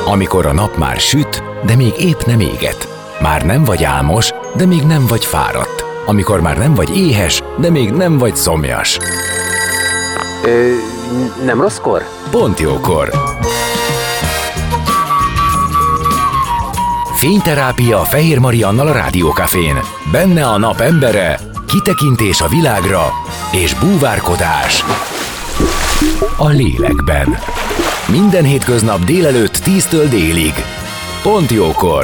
Amikor a nap már süt, de még épp nem éget. Már nem vagy álmos, de még nem vagy fáradt. Amikor már nem vagy éhes, de még nem vagy szomjas. Nem rosszkor? Pont jókor. Fényterápia Fehér Mariannal a Rádiókafén. Benne a nap embere, kitekintés a világra és búvárkodás a lélekben. Minden hétköznap délelőtt 10-től délig. Pont jókor.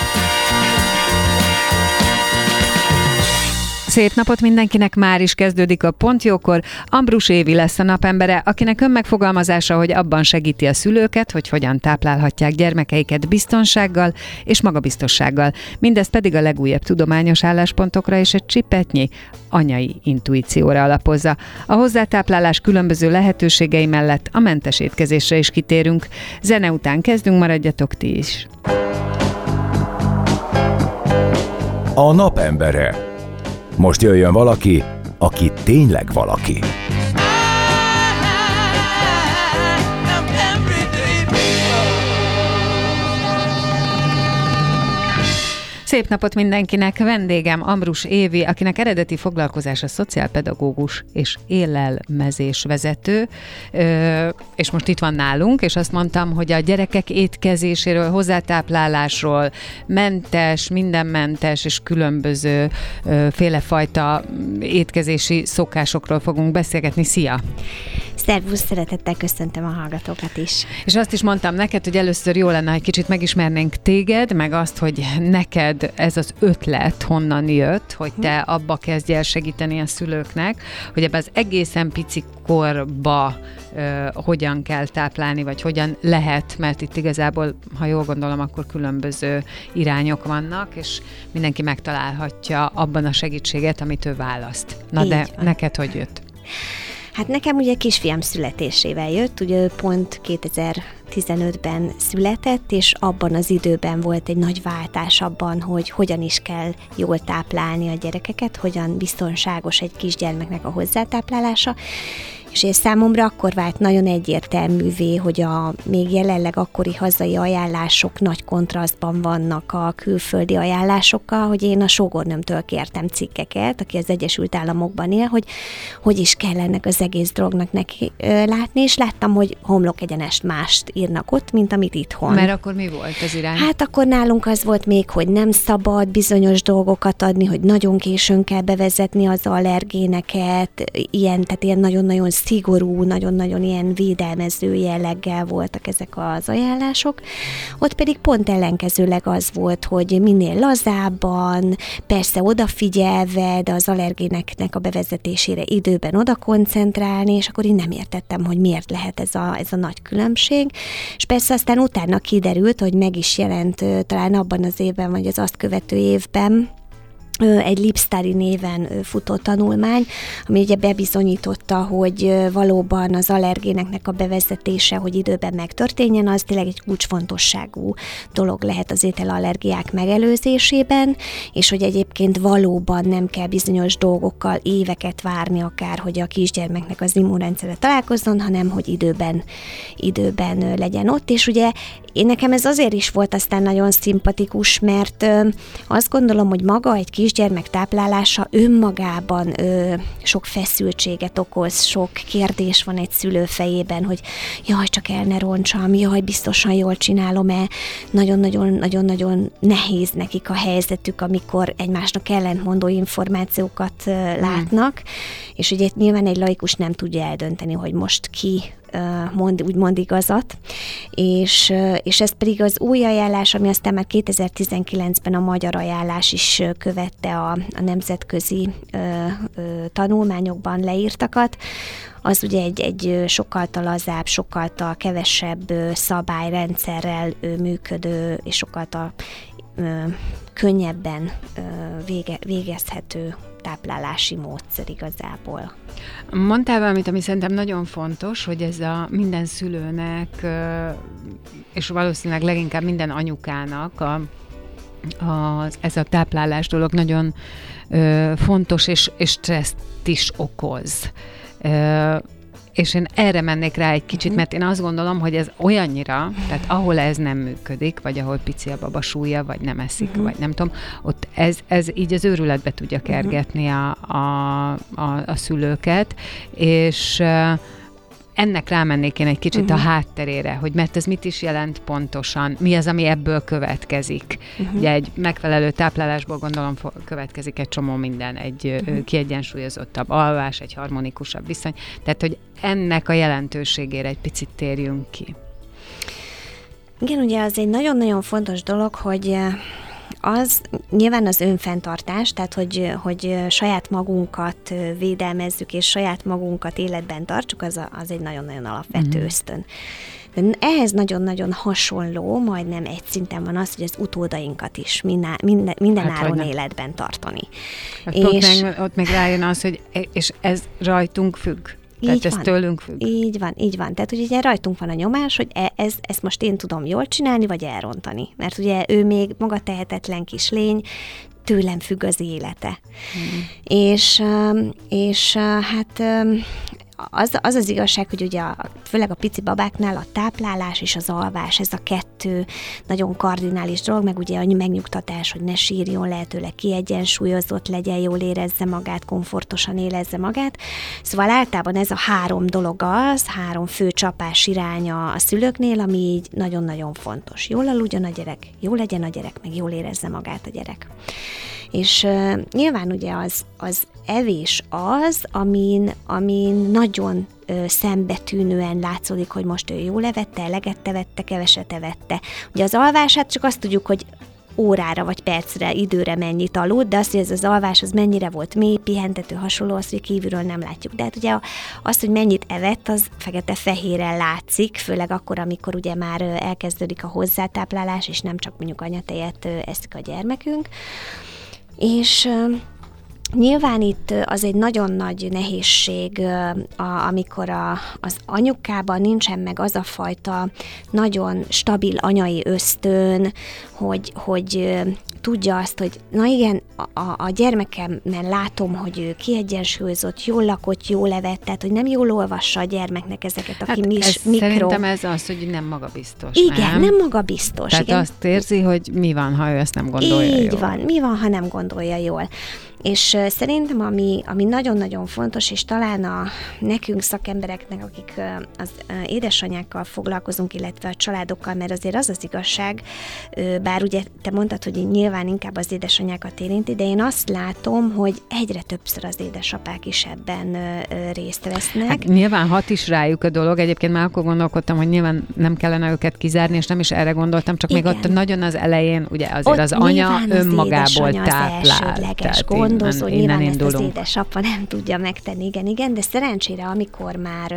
Szép napot mindenkinek, már is kezdődik a Pont jókor. Ambrus Évi lesz a napembere, akinek önmegfogalmazása, hogy abban segíti a szülőket, hogy hogyan táplálhatják gyermekeiket biztonsággal és magabiztossággal. Mindez pedig a legújabb tudományos álláspontokra és egy csipetnyi anyai intuícióra alapozza. A hozzátáplálás különböző lehetőségei mellett a mentes étkezésre is kitérünk. Zene után kezdünk, maradjatok ti is. A napembere. Most jöjjön valaki, aki tényleg valaki. Szép napot mindenkinek! Vendégem Ambrus Évi, akinek eredeti foglalkozása szociálpedagógus és élelmezésvezető, és most itt van nálunk, és azt mondtam, hogy a gyerekek étkezéséről, hozzátáplálásról, mentes, mindenmentes és különböző félefajta étkezési szokásokról fogunk beszélgetni. Szia! Szervusz, szeretettel köszöntöm a hallgatókat is. És azt is mondtam neked, hogy először jó lenne, hogy kicsit megismernénk téged, meg azt, hogy neked ez az ötlet honnan jött, hogy te abba kezdj el segíteni a szülőknek, hogy ebbe az egészen pici korba hogyan kell táplálni, vagy hogyan lehet, mert itt igazából, ha jól gondolom, akkor különböző irányok vannak, és mindenki megtalálhatja abban a segítséget, amit ő választ. Na Így de van. neked hogy jött? Hát nekem ugye kisfiam születésével jött, ugye pont 2015-ben született, és abban az időben volt egy nagy váltás abban, hogy hogyan is kell jól táplálni a gyerekeket, hogyan biztonságos egy kisgyermeknek a hozzátáplálása, és számomra akkor vált nagyon egyértelművé, hogy a még jelenleg akkori hazai ajánlások nagy kontrasztban vannak a külföldi ajánlásokkal, hogy én a sógornőmtől kértem cikkeket, aki az Egyesült Államokban él, hogy is kell ennek az egész dolognak neki látni, és láttam, hogy homlok egyenest mást írnak ott, mint amit itthon. Mert akkor mi volt az irány? Hát akkor nálunk az volt még, hogy nem szabad bizonyos dolgokat adni, hogy nagyon későn kell bevezetni az allergéneket, tehát ilyen nagyon-nagyon szigorú, nagyon-nagyon ilyen védelmező jelleggel voltak ezek az ajánlások. Ott pedig pont ellenkezőleg az volt, hogy minél lazábban, persze odafigyelve, de az allergéneknek a bevezetésére időben oda koncentrálni, és akkor én nem értettem, hogy miért lehet ez a nagy különbség. És persze aztán utána kiderült, hogy meg is jelent talán abban az évben, vagy az azt követő évben, egy Lipsztári néven futó tanulmány, ami ugye bebizonyította, hogy valóban az allergéneknek a bevezetése, hogy időben megtörténjen, az tényleg egy kulcsfontosságú dolog lehet az ételallergiák megelőzésében, és hogy egyébként valóban nem kell bizonyos dolgokkal éveket várni akár, hogy a kisgyermeknek az immunrendszere találkozzon, hanem hogy időben legyen ott, és ugye nekem ez azért is volt aztán nagyon szimpatikus, mert azt gondolom, hogy maga egy kisgyermek táplálása önmagában sok feszültséget okoz, sok kérdés van egy szülő fejében, hogy jaj, csak el ne roncsam, jaj, biztosan jól csinálom-e. Nagyon-nagyon nehéz nekik a helyzetük, amikor egymásnak ellentmondó információkat látnak, és ugye nyilván egy laikus nem tudja eldönteni, hogy most ki úgymond igazat, és ez pedig az új ajánlás, ami aztán már 2019-ben a magyar ajánlás is követte a nemzetközi tanulmányokban leírtakat, az ugye egy sokkal lazább, sokkal kevesebb szabályrendszerrel működő, és sokkal könnyebben végezhető táplálási módszer igazából. Mondtál valamit, ami szerintem nagyon fontos, hogy ez a minden szülőnek, és valószínűleg leginkább minden anyukának ez a táplálás dolog nagyon fontos, és stresszt is okoz. És én erre mennék rá egy kicsit, mert én azt gondolom, hogy ez olyannyira, tehát ahol ez nem működik, vagy ahol pici a baba súlya, vagy nem eszik, vagy nem tudom, ott ez így az őrületbe tudja kergetni a szülőket, és ennek rámennék én egy kicsit a hátterére, hogy mert ez mit is jelent pontosan, mi az, ami ebből következik. Ugye egy megfelelő táplálásból gondolom következik egy csomó minden, egy kiegyensúlyozottabb alvás, egy harmonikusabb viszony, tehát hogy ennek a jelentőségére egy picit térjünk ki. Igen, ugye az egy nagyon-nagyon fontos dolog, hogy az nyilván az önfenntartás, tehát hogy saját magunkat védelmezzük, és saját magunkat életben tartsuk, az egy nagyon-nagyon alapvető ösztön. De ehhez nagyon-nagyon hasonló, majdnem egy szinten van az, hogy az utódainkat is minden áron életben tartani. Hát ott meg rájön az, hogy és ez rajtunk függ. Tehát ez tőlünk függ. Így van. Tehát ugye rajtunk van a nyomás, hogy ezt most én tudom jól csinálni, vagy elrontani. Mert ugye ő még maga tehetetlen kis lény, tőlem függ az élete. És hát az igazság, hogy ugye főleg a pici babáknál a táplálás és az alvás, ez a kettő nagyon kardinális dolog, meg ugye a megnyugtatás, hogy ne sírjon, lehetőleg kiegyensúlyozott legyen, jól érezze magát, komfortosan érezze magát. Szóval általában ez a 3 dolog az, 3 fő csapás iránya a szülőknél, ami így nagyon-nagyon fontos. Jól aludjon a gyerek, jól legyen a gyerek, meg jól érezze magát a gyerek. És nyilván ugye az evés az, amin nagyon szembetűnően látszódik, hogy most ő jól evette, eleget evette, keveset evette. Ugye az alvását csak azt tudjuk, hogy órára vagy percre, időre mennyit aludt, de azt, hogy ez az alvás az mennyire volt mély, pihentető, hasonló, azt, hogy kívülről nem látjuk. De hát ugye azt, hogy mennyit evett, az fekete-fehéren látszik, főleg akkor, amikor ugye már elkezdődik a hozzátáplálás, és nem csak mondjuk anyatejet eszik a gyermekünk. És nyilván itt az egy nagyon nagy nehézség, amikor az anyukában nincsen meg az a fajta nagyon stabil anyai ösztön, hogy tudja azt, hogy na igen, a gyermekemben látom, hogy ő kiegyensúlyozott, jól lakott, jól evett, tehát hogy nem jól olvassa a gyermeknek ezeket a mikro... Szerintem ez az, hogy nem magabiztos. Igen, nem magabiztos. Tehát igen. Azt érzi, hogy mi van, ha ő ezt nem gondolja jól. Így van, mi van, ha nem gondolja jól. És szerintem, ami nagyon-nagyon fontos, és talán nekünk szakembereknek, akik az édesanyákkal foglalkozunk, illetve a családokkal, mert azért az az igazság, bár ugye te mondtad, hogy nyilván inkább az édesanyákat érinti, de én azt látom, hogy egyre többször az édesapák is ebben részt vesznek. Hát nyilván hat is rájuk a dolog, egyébként már akkor gondolkodtam, hogy nyilván nem kellene őket kizárni, és nem is erre gondoltam, csak igen. Még ott nagyon az elején, ugye azért ott az anya önmagából táplál. Gondozó, nyilván ezt az édesapa nem tudja megtenni, igen, de szerencsére, amikor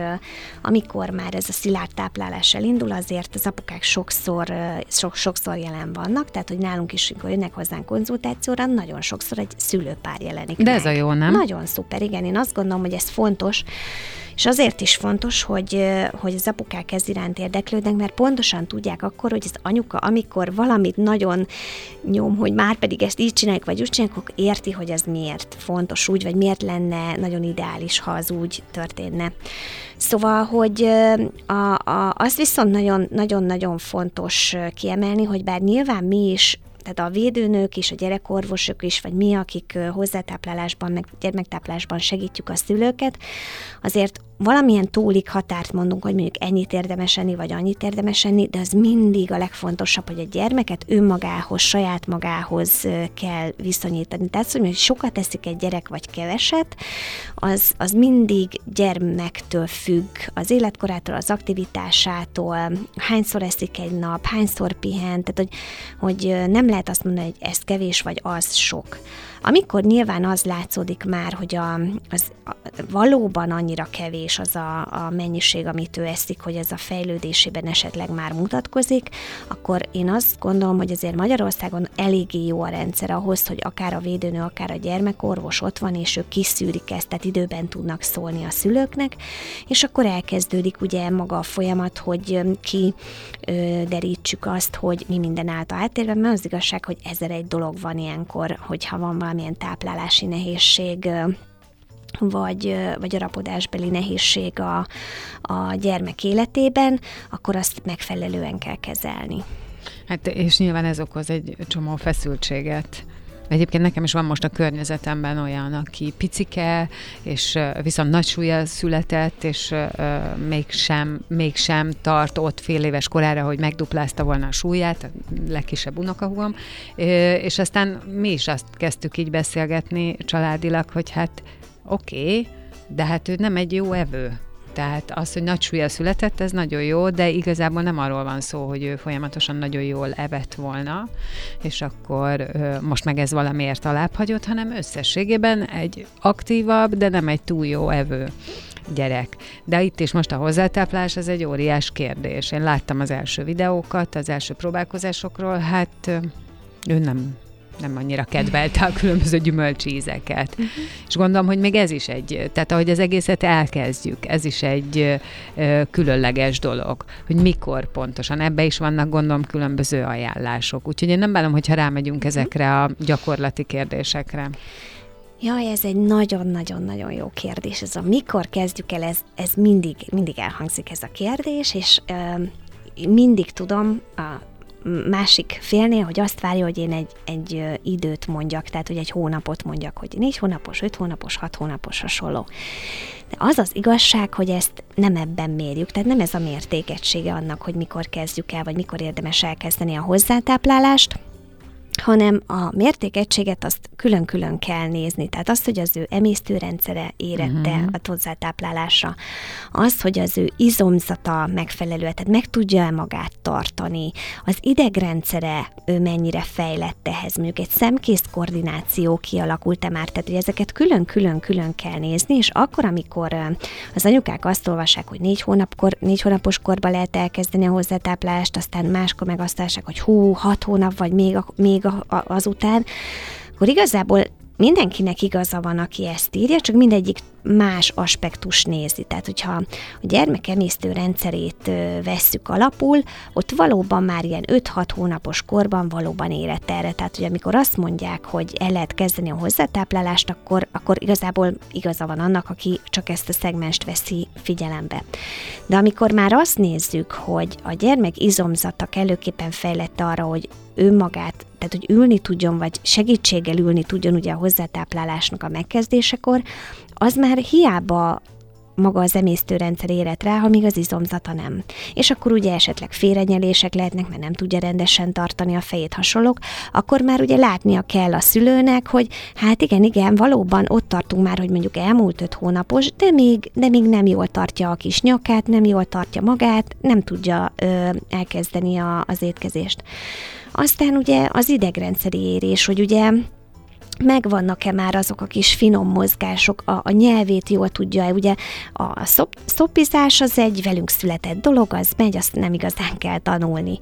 már ez a szilárd táplálás elindul, azért az apukák sokszor jelen vannak, tehát, hogy nálunk is, amikor jönnek hozzánk konzultációra, nagyon sokszor egy szülőpár jelenik de meg. Ez a jó, nem? Nagyon szuper, igen, én azt gondolom, hogy ez fontos, és azért is fontos, hogy az apukák ez iránt érdeklődnek, mert pontosan tudják akkor, hogy az anyuka, amikor valamit nagyon nyom, hogy már pedig ezt így csináljuk, vagy úgy csináljuk, akkor érti, hogy ez miért fontos úgy, vagy miért lenne nagyon ideális, ha az úgy történne. Szóval, hogy az viszont nagyon-nagyon fontos kiemelni, hogy bár nyilván mi is, tehát a védőnők is, a gyerekorvosok is, vagy mi, akik hozzátáplálásban, meg gyermektáplálásban segítjük a szülőket, azért valamilyen túlig határt mondunk, hogy mondjuk ennyit érdemes enni, vagy annyit érdemes enni, de az mindig a legfontosabb, hogy a gyermeket önmagához, saját magához kell viszonyítani. Tehát, hogy sokat eszik egy gyerek, vagy keveset, az mindig gyermektől függ, az életkorától, az aktivitásától, hányszor eszik egy nap, hányszor pihen, tehát, hogy nem lehet azt mondani, hogy ez kevés, vagy az sok. Amikor nyilván az látszódik már, hogy az valóban annyira kevés az a mennyiség, amit ő eszik, hogy ez a fejlődésében esetleg már mutatkozik, akkor én azt gondolom, hogy azért Magyarországon eléggé jó a rendszer ahhoz, hogy akár a védőnő, akár a gyermekorvos ott van, és ők kiszűrik ezt, tehát időben tudnak szólni a szülőknek, és akkor elkezdődik ugye maga a folyamat, hogy kiderítsük azt, hogy mi minden állt a háttérben, mert az igazság, hogy 1001 dolog van ilyenkor, hogyha van valamilyen táplálási nehézség vagy a rapodásbeli nehézség a gyermek életében, akkor azt megfelelően kell kezelni. Hát és nyilván ez okoz egy csomó feszültséget. Egyébként nekem is van most a környezetemben olyan, aki picike, és viszont nagy súlya született, és mégsem tart ott fél éves korára, hogy megduplázta volna a súlyát, a legkisebb unokahúgom, és aztán mi is azt kezdtük így beszélgetni családilag, hogy hát oké, de hát ő nem egy jó evő. Tehát az, hogy nagy súlya született, ez nagyon jó, de igazából nem arról van szó, hogy ő folyamatosan nagyon jól evett volna, és akkor most meg ez valamiért alább hagyott, hanem összességében egy aktívabb, de nem egy túl jó evő gyerek. De itt is most a hozzátáplálás, ez egy óriás kérdés. Én láttam az első videókat, az első próbálkozásokról, hát ő nem annyira kedvelte a különböző gyümölcsízeket. És gondolom, hogy még ez is tehát ahogy az egészet elkezdjük, ez is egy különleges dolog, hogy mikor pontosan. Ebbe is vannak, gondolom, különböző ajánlások. Úgyhogy én nem bánom, hogyha rámegyünk ezekre a gyakorlati kérdésekre. Jaj, ez egy nagyon-nagyon-nagyon jó kérdés. Ez a mikor kezdjük el, ez mindig elhangzik ez a kérdés, és mindig tudom másik félnél, hogy azt várja, hogy én egy időt mondjak, tehát hogy egy hónapot mondjak, hogy 4 hónapos, 5 hónapos, 6 hónapos, hasonló. De az az igazság, hogy ezt nem ebben mérjük, tehát nem ez a mértékegysége annak, hogy mikor kezdjük el, vagy mikor érdemes elkezdeni a hozzátáplálást, hanem a mértékegységet azt külön-külön kell nézni. Tehát azt, hogy az ő emésztőrendszere érette a hozzátáplálásra, az, hogy az ő izomzata megfelelő, tehát meg tudja-e magát tartani, az idegrendszere ő mennyire fejlett ehhez, mondjuk egy szemkész koordináció kialakult-e már, tehát hogy ezeket külön-külön kell nézni, és akkor, amikor az anyukák azt olvassák, hogy 4 hónapos korban lehet elkezdeni a hozzátáplálást, aztán máskor meg azt olvassák, hogy 6 hónap, vagy még azután, akkor igazából mindenkinek igaza van, aki ezt írja, csak mindegyik más aspektus nézi. Tehát, hogyha a gyermek emésztőrendszerét vesszük alapul, ott valóban már ilyen 5-6 hónapos korban valóban érett erre. Tehát, hogy amikor azt mondják, hogy el lehet kezdeni a hozzátáplálást, akkor igazából igaza van annak, aki csak ezt a szegmenst veszi figyelembe. De amikor már azt nézzük, hogy a gyermek izomzata kellőképpen fejlett arra, hogy önmagát, tehát hogy ülni tudjon, vagy segítséggel ülni tudjon ugye a hozzátáplálásnak a megkezdésekor, az már hiába maga az emésztőrendszer érett rá, ha még az izomzata nem. És akkor ugye esetleg félrenyelések lehetnek, mert nem tudja rendesen tartani a fejét, hasonlók, akkor már ugye látnia kell a szülőnek, hogy hát igen, valóban ott tartunk már, hogy mondjuk elmúlt 5 hónapos, de még nem jól tartja a kis nyakát, nem jól tartja magát, nem tudja elkezdeni az étkezést. Aztán ugye az idegrendszeri érés, hogy ugye megvannak-e már azok a kis finom mozgások, a nyelvét jól tudja, ugye a szopizás az egy velünk született dolog, az megy, azt nem igazán kell tanulni.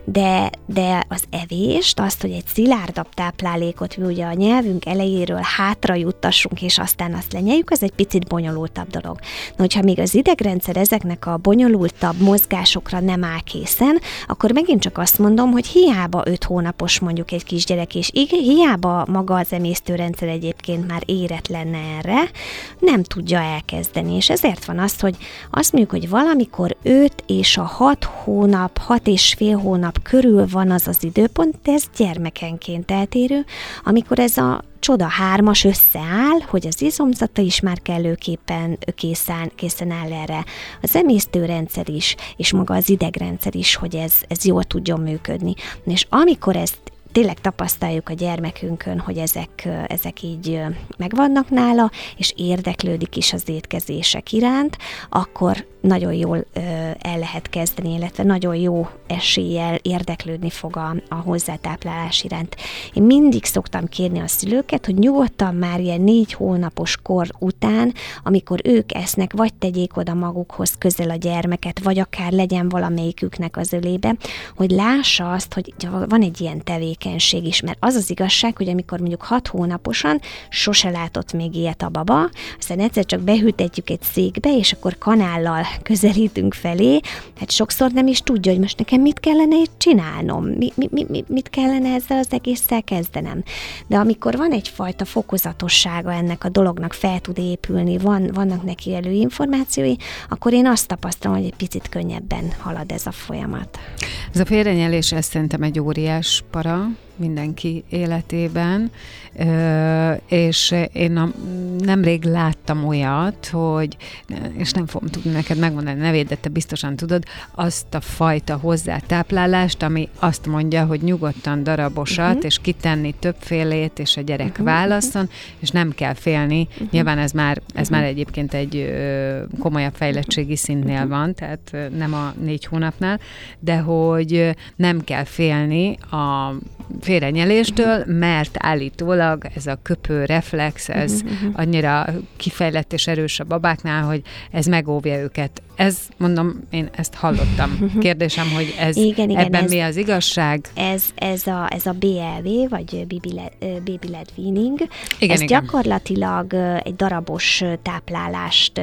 De az evést, azt, hogy egy szilárdabb táplálékot mi ugye a nyelvünk elejéről hátra juttassunk, és aztán azt lenyeljük, az egy picit bonyolultabb dolog. Na, hogyha még az idegrendszer ezeknek a bonyolultabb mozgásokra nem áll készen, akkor megint csak azt mondom, hogy hiába 5 hónapos mondjuk egy kisgyerek, és hiába maga az emésztőrendszer egyébként már érett lenne erre, nem tudja elkezdeni. És ezért van az, hogy azt mondjuk, hogy valamikor 5 és a 6 hónap, 6 és fél hónap körül van az az időpont, de ez gyermekenként eltérő, amikor ez a csoda 3-as összeáll, hogy az izomzata is már kellőképpen készen áll erre. Az emésztőrendszer is, és maga az idegrendszer is, hogy ez jól tudjon működni. És amikor ezt tényleg tapasztaljuk a gyermekünkön, hogy ezek így megvannak nála, és érdeklődik is az étkezések iránt, akkor nagyon jól el lehet kezdeni, illetve nagyon jó eséllyel érdeklődni fog a hozzátáplálás iránt. Én mindig szoktam kérni a szülőket, hogy nyugodtan már ilyen 4 hónapos kor után, amikor ők esznek, vagy tegyék oda magukhoz közel a gyermeket, vagy akár legyen valamelyiküknek az ölébe, hogy lássa azt, hogy van egy ilyen tevékenység, érzékenység is, mert az az igazság, hogy amikor mondjuk 6 hónaposan sose látott még ilyet a baba, aztán egyszer csak behűtetjük egy székbe, és akkor kanállal közelítünk felé, hát sokszor nem is tudja, hogy most nekem mit kellene itt csinálnom, mit kellene ezzel az egésszel kezdenem. De amikor van egyfajta fokozatossága ennek a dolognak, fel tud épülni, vannak neki előinformációi, akkor én azt tapasztalom, hogy egy picit könnyebben halad ez a folyamat. Ez a félrenyelés, ez szerintem egy óriás para mindenki életében, és én nemrég láttam olyat, hogy, és nem fogom tudni neked megmondani a nevét, de te biztosan tudod, azt a fajta hozzátáplálást, ami azt mondja, hogy nyugodtan darabosat, és kitenni többfélét, és a gyerek válasszon, és nem kell félni. Nyilván ez már egyébként egy komolyabb fejlettségi szintnél van, tehát nem a 4 hónapnál, de hogy nem kell félni a félrenyeléstől, mert állítólag ez a köpő reflex, ez annyira kifejlett és erős a babáknál, hogy ez megóvja őket. Ez, mondom, én ezt hallottam. Kérdésem, hogy igen, ebben mi az igazság? Ez a BLV, vagy Baby-led weaning, ez igen. gyakorlatilag egy darabos táplálást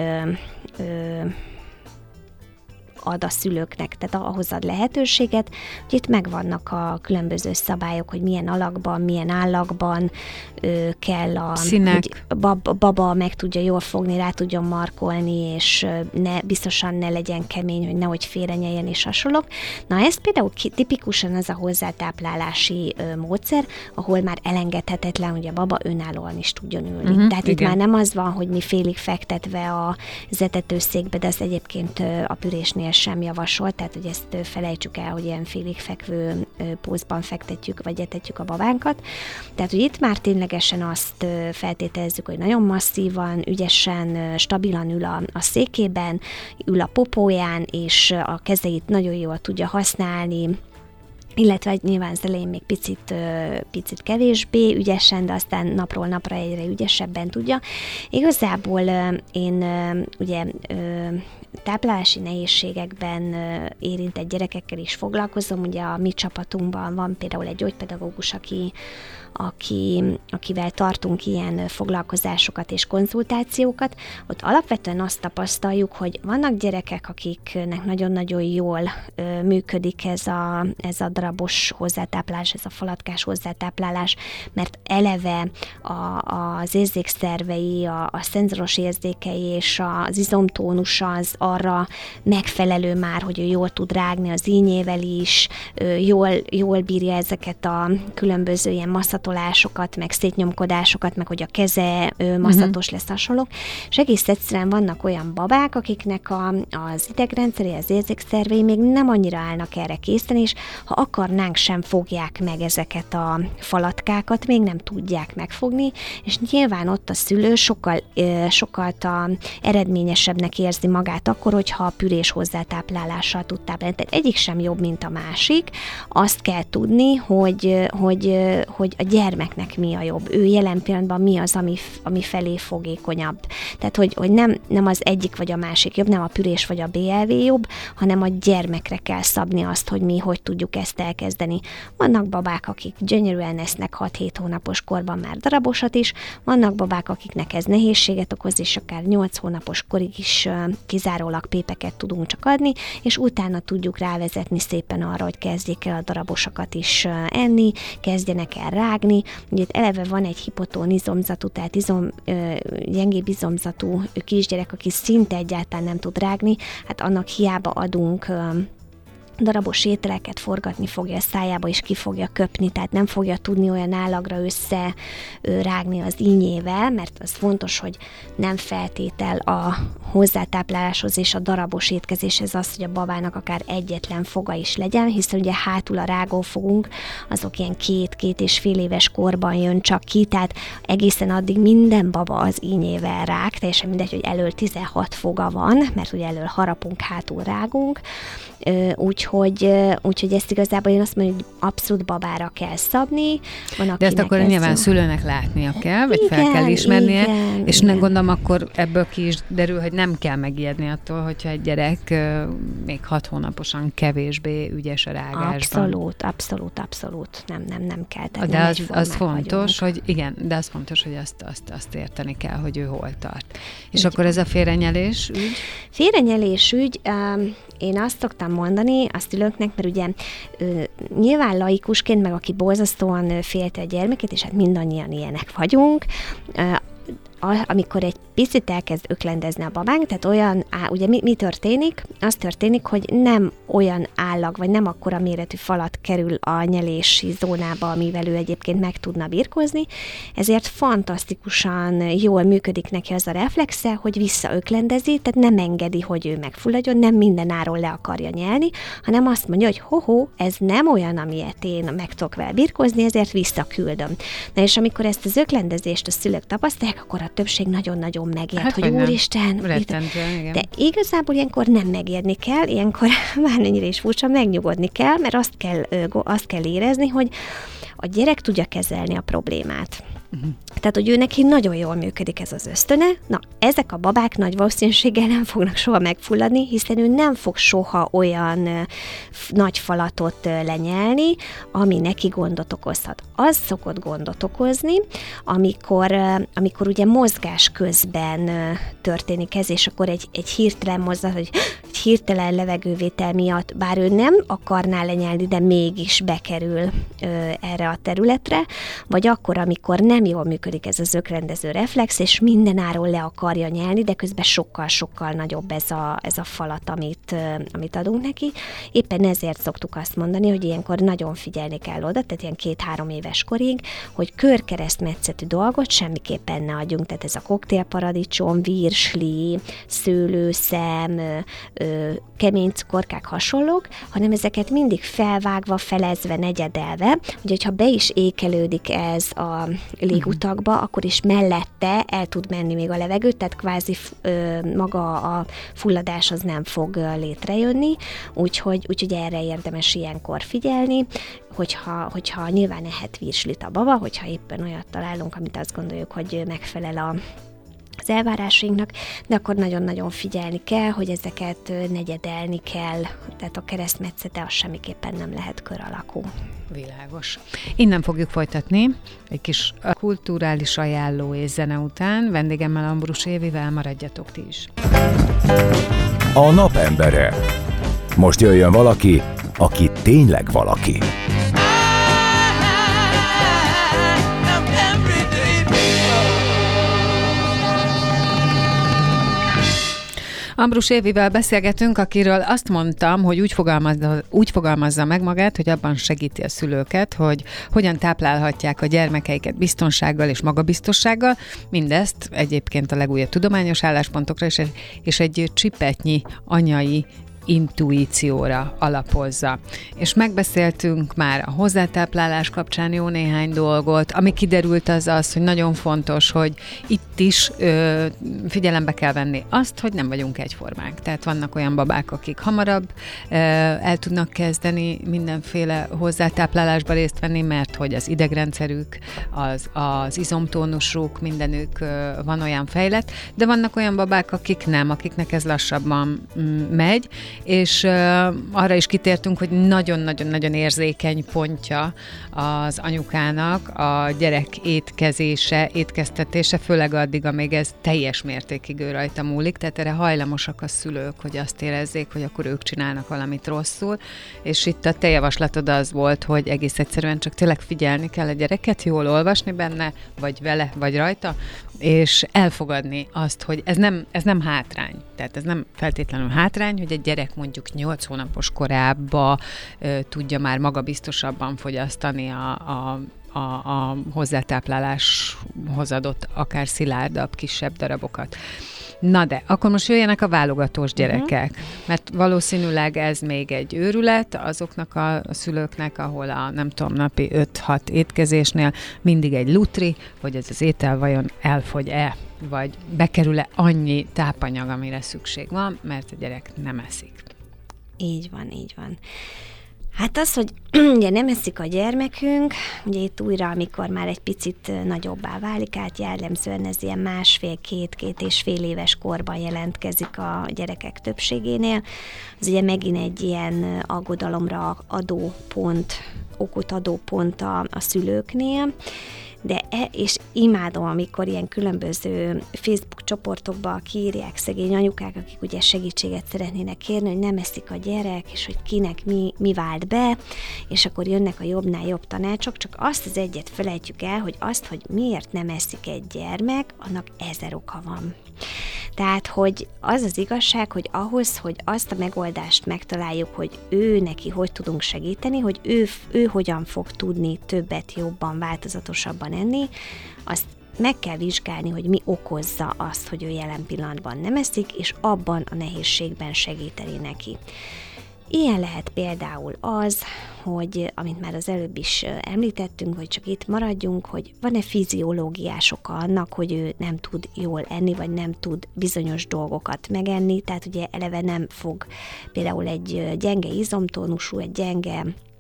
ad a szülőknek, tehát ahhoz ad lehetőséget, hogy itt megvannak a különböző szabályok, hogy milyen alakban, milyen állagban kell hogy baba meg tudja jól fogni, rá tudjon markolni, és biztosan ne legyen kemény, hogy nehogy félrenyeljen és hasonlók. Na ez például tipikusan az a hozzátáplálási módszer, ahol már elengedhetetlen, hogy a baba önállóan is tudjon ülni. Tehát itt már nem az van, hogy mi félig fektetve a etetőszékbe, de ez egyébként a pürésnél sem javasolt, tehát hogy ezt felejtsük el, hogy ilyen félig fekvő pózban fektetjük, vagy etetjük a babánkat. Tehát, hogy itt már ténylegesen azt feltételezzük, hogy nagyon masszívan, ügyesen, stabilan ül a székében, ül a popóján, és a kezeit nagyon jól tudja használni, illetve nyilván az elején még picit kevésbé ügyesen, de aztán napról napra egyre ügyesebben tudja. Igazából én ugye táplálási nehézségekben érintett gyerekekkel is foglalkozom. Ugye a mi csapatunkban van például egy gyógypedagógus, akivel tartunk ilyen foglalkozásokat és konzultációkat. Ott alapvetően azt tapasztaljuk, hogy vannak gyerekek, akiknek nagyon-nagyon jól működik ez a darabos hozzátáplálás, ez a falatkás hozzátáplálás, mert eleve az érzékszervei, a szenzoros érzékei és az izomtónus az arra megfelelő már, hogy ő jól tud rágni az ínyével is, jól bírja ezeket a különböző ilyen masszatolásokat, meg szétnyomkodásokat, meg hogy a keze masszatos lesz, hasonlók. És egész egyszerűen vannak olyan babák, akiknek az idegrendszeri, az érzékszervei még nem annyira állnak erre készen, és ha akarnánk, sem fogják meg ezeket a falatkákat, még nem tudják megfogni, és nyilván ott a szülő sokkal eredményesebbnek érzi magát akkor, hogyha a pürés hozzátáplálással tud táplálni. Tehát egyik sem jobb, mint a másik. Azt kell tudni, hogy a gyermeknek mi a jobb. Ő jelen pillanatban mi az, ami felé fogékonyabb. Tehát, hogy nem az egyik vagy a másik jobb, nem a pürés vagy a BLV jobb, hanem a gyermekre kell szabni azt, hogy mi hogy tudjuk ezt elkezdeni. Vannak babák, akik gyönyörűen esznek 6-7 hónapos korban már darabosat is, vannak babák, akiknek ez nehézséget okoz, és akár 8 hónapos korig is kizárólag pépeket tudunk csak adni, és utána tudjuk rávezetni szépen arra, hogy kezdjék el a darabosakat is enni, kezdjenek el rágni. Ugye eleve van egy hipotón izomzatú, tehát gyengébb izomzatú kisgyerek, aki szinte egyáltalán nem tud rágni, hát annak hiába adunk darabos ételeket, forgatni fogja a szájába, és ki fogja köpni, tehát nem fogja tudni olyan állagra rágni az ínyével, mert az fontos, hogy nem feltétel a hozzátápláláshoz és a darabos étkezéshez az, hogy a babának akár egyetlen foga is legyen, hiszen ugye hátul a rágófogunk, azok ilyen 2-2,5 éves korban jön csak ki, tehát egészen addig minden baba az ínyével rág, teljesen mindegy, hogy elől 16 foga van, mert ugye elől harapunk, hátul rágunk, úgyhogy úgyhogy ezt igazából én azt mondom, hogy abszolút babára kell szabni. De ezt akkor nyilván szülőnek látnia kell, vagy fel kell ismernie, és nem gondolom, akkor ebből ki is derül, hogy nem kell megijedni attól, hogyha egy gyerek még 6 hónaposan kevésbé ügyes a rágásban. Abszolút. Nem kell. Tehát de az fontos, hogy igen, de az fontos, hogy azt érteni kell, hogy ő hol tart. És akkor ez a félrenyelés ügy? Félrenyelés ügy, én azt szoktam mondani a szülőknek, mert ugye nyilván laikusként, meg aki borzasztóan félte a gyermekét, és hát mindannyian ilyenek vagyunk, amikor egy picit elkezd öklendezni a babánk, tehát olyan, ugye mi történik? Az történik, hogy nem olyan állag, vagy nem akkora méretű falat kerül a nyelési zónába, amivel ő egyébként meg tudna birkózni, ezért fantasztikusan jól működik neki az a reflexe, hogy visszaöklendezi, tehát nem engedi, hogy ő megfulladjon, nem minden áron le akarja nyelni, hanem azt mondja, hogy ez nem olyan, amilyet én meg tudok vele birkózni, ezért visszaküldöm. Na és amikor ezt az öklendezést a szülők tapasztalják, akkor a többség nagyon-nagyon megijed, hogy úristen, de igazából ilyenkor nem megijedni kell, ilyenkor bármennyire is furcsa, megnyugodni kell, mert azt kell érezni, hogy a gyerek tudja kezelni a problémát. Tehát, hogy ő neki nagyon jól működik ez az ösztöne. Na, ezek a babák nagy valószínűséggel nem fognak soha megfulladni, hiszen ő nem fog soha olyan nagy falatot lenyelni, ami neki gondot okozhat. Az szokott gondot okozni, amikor ugye mozgás közben történik ez, és akkor egy hirtelen mozzat, hogy egy hirtelen levegővétel miatt, bár ő nem akarná lenyelni, de mégis bekerül erre a területre, vagy akkor, amikor nem jól működik ez az ökrendező reflex, és mindenáron le akarja nyelni, de közben sokkal-sokkal nagyobb ez a falat, amit adunk neki. Éppen ezért szoktuk azt mondani, hogy ilyenkor nagyon figyelni kell oda, tehát ilyen 2-3 éves korig, hogy körkeresztmetszetű dolgot semmiképpen ne adjunk, tehát ez a koktélparadicsom, virsli, szőlőszem, kemény cukorkák, hasonlók, hanem ezeket mindig felvágva, felezve, negyedelve, hogyha be is ékelődik ez a légutakba, akkor is mellette el tud menni még a levegő, tehát kvázi maga a fulladás az nem fog létrejönni, úgyhogy erre érdemes ilyenkor figyelni, hogyha nyilván ehet virslit a baba, hogyha éppen olyat találunk, amit azt gondoljuk, hogy megfelel az elvárásainknak, de akkor nagyon-nagyon figyelni kell, hogy ezeket negyedelni kell, tehát a keresztmetszete az semmiképpen nem lehet kör alakú. Világos. Innen fogjuk folytatni egy kis kulturális ajánló és zene után. Vendégemmel Ambrus Évivel, maradjatok ti is. A napembere. Most jöjjön valaki, aki tényleg valaki. Ambrus Évivel beszélgetünk, akiről azt mondtam, hogy úgy fogalmazza meg magát, hogy abban segíti a szülőket, hogy hogyan táplálhatják a gyermekeiket biztonsággal és magabiztossággal. Mindezt egyébként a legújabb tudományos álláspontokra és egy csipetnyi anyai intuícióra alapozza. És megbeszéltünk már a hozzátáplálás kapcsán jó néhány dolgot, ami kiderült az, hogy nagyon fontos, hogy itt is figyelembe kell venni azt, hogy nem vagyunk egyformák. Tehát vannak olyan babák, akik hamarabb el tudnak kezdeni mindenféle hozzátáplálásba részt venni, mert hogy az idegrendszerük, az izomtónusuk, mindenük van olyan fejlett, de vannak olyan babák, akik nem, akiknek ez lassabban megy, és arra is kitértünk, hogy nagyon-nagyon-nagyon érzékeny pontja az anyukának a gyerek étkezése, étkeztetése, főleg addig, amíg ez teljes mértékig ő rajta múlik, tehát erre hajlamosak a szülők, hogy azt érezzék, hogy akkor ők csinálnak valamit rosszul, és itt a te javaslatod az volt, hogy egész egyszerűen csak tényleg figyelni kell a gyereket, jól olvasni benne, vagy vele, vagy rajta, és elfogadni azt, hogy ez nem hátrány. Tehát ez nem feltétlenül hátrány, hogy egy gyerek mondjuk 8 hónapos korában tudja már magabiztosabban fogyasztani a hozzátápláláshoz adott akár szilárdabb, kisebb darabokat. Na de, akkor most jöjjenek a válogatós gyerekek, mert valószínűleg ez még egy őrület azoknak a szülőknek, ahol a nem tudom, napi 5-6 étkezésnél mindig egy lutri, hogy ez az étel vajon elfogy-e, vagy bekerül-e annyi tápanyag, amire szükség van, mert a gyerek nem eszik. Így van, így van. Hát az, hogy ugye nem eszik a gyermekünk, ugye itt újra, amikor már egy picit nagyobbá válik, át jellemzően ez ilyen 1,5-2,5 éves korban jelentkezik a gyerekek többségénél. Ez ugye megint egy ilyen aggodalomra adó pont, okot adó pont a szülőknél, és imádom, amikor ilyen különböző Facebook csoportokba kiírják szegény anyukák, akik ugye segítséget szeretnének kérni, hogy nem eszik a gyerek, és hogy kinek mi vált be, és akkor jönnek a jobbnál jobb tanácsok, csak azt az egyet felejtjük el, hogy azt, hogy miért nem eszik egy gyermek, annak 1000 oka van. Tehát, hogy az az igazság, hogy ahhoz, hogy azt a megoldást megtaláljuk, hogy ő neki hogy tudunk segíteni, hogy ő hogyan fog tudni többet, jobban, változatosabban enni, azt meg kell vizsgálni, hogy mi okozza azt, hogy ő jelen pillanatban nem eszik, és abban a nehézségben segíteni neki. Ilyen lehet például az, hogy, amit már az előbb is említettünk, hogy csak itt maradjunk, hogy van-e fiziológiás oka annak, hogy ő nem tud jól enni, vagy nem tud bizonyos dolgokat megenni, tehát ugye eleve nem fog például egy gyenge izomtónusú, egy gyenge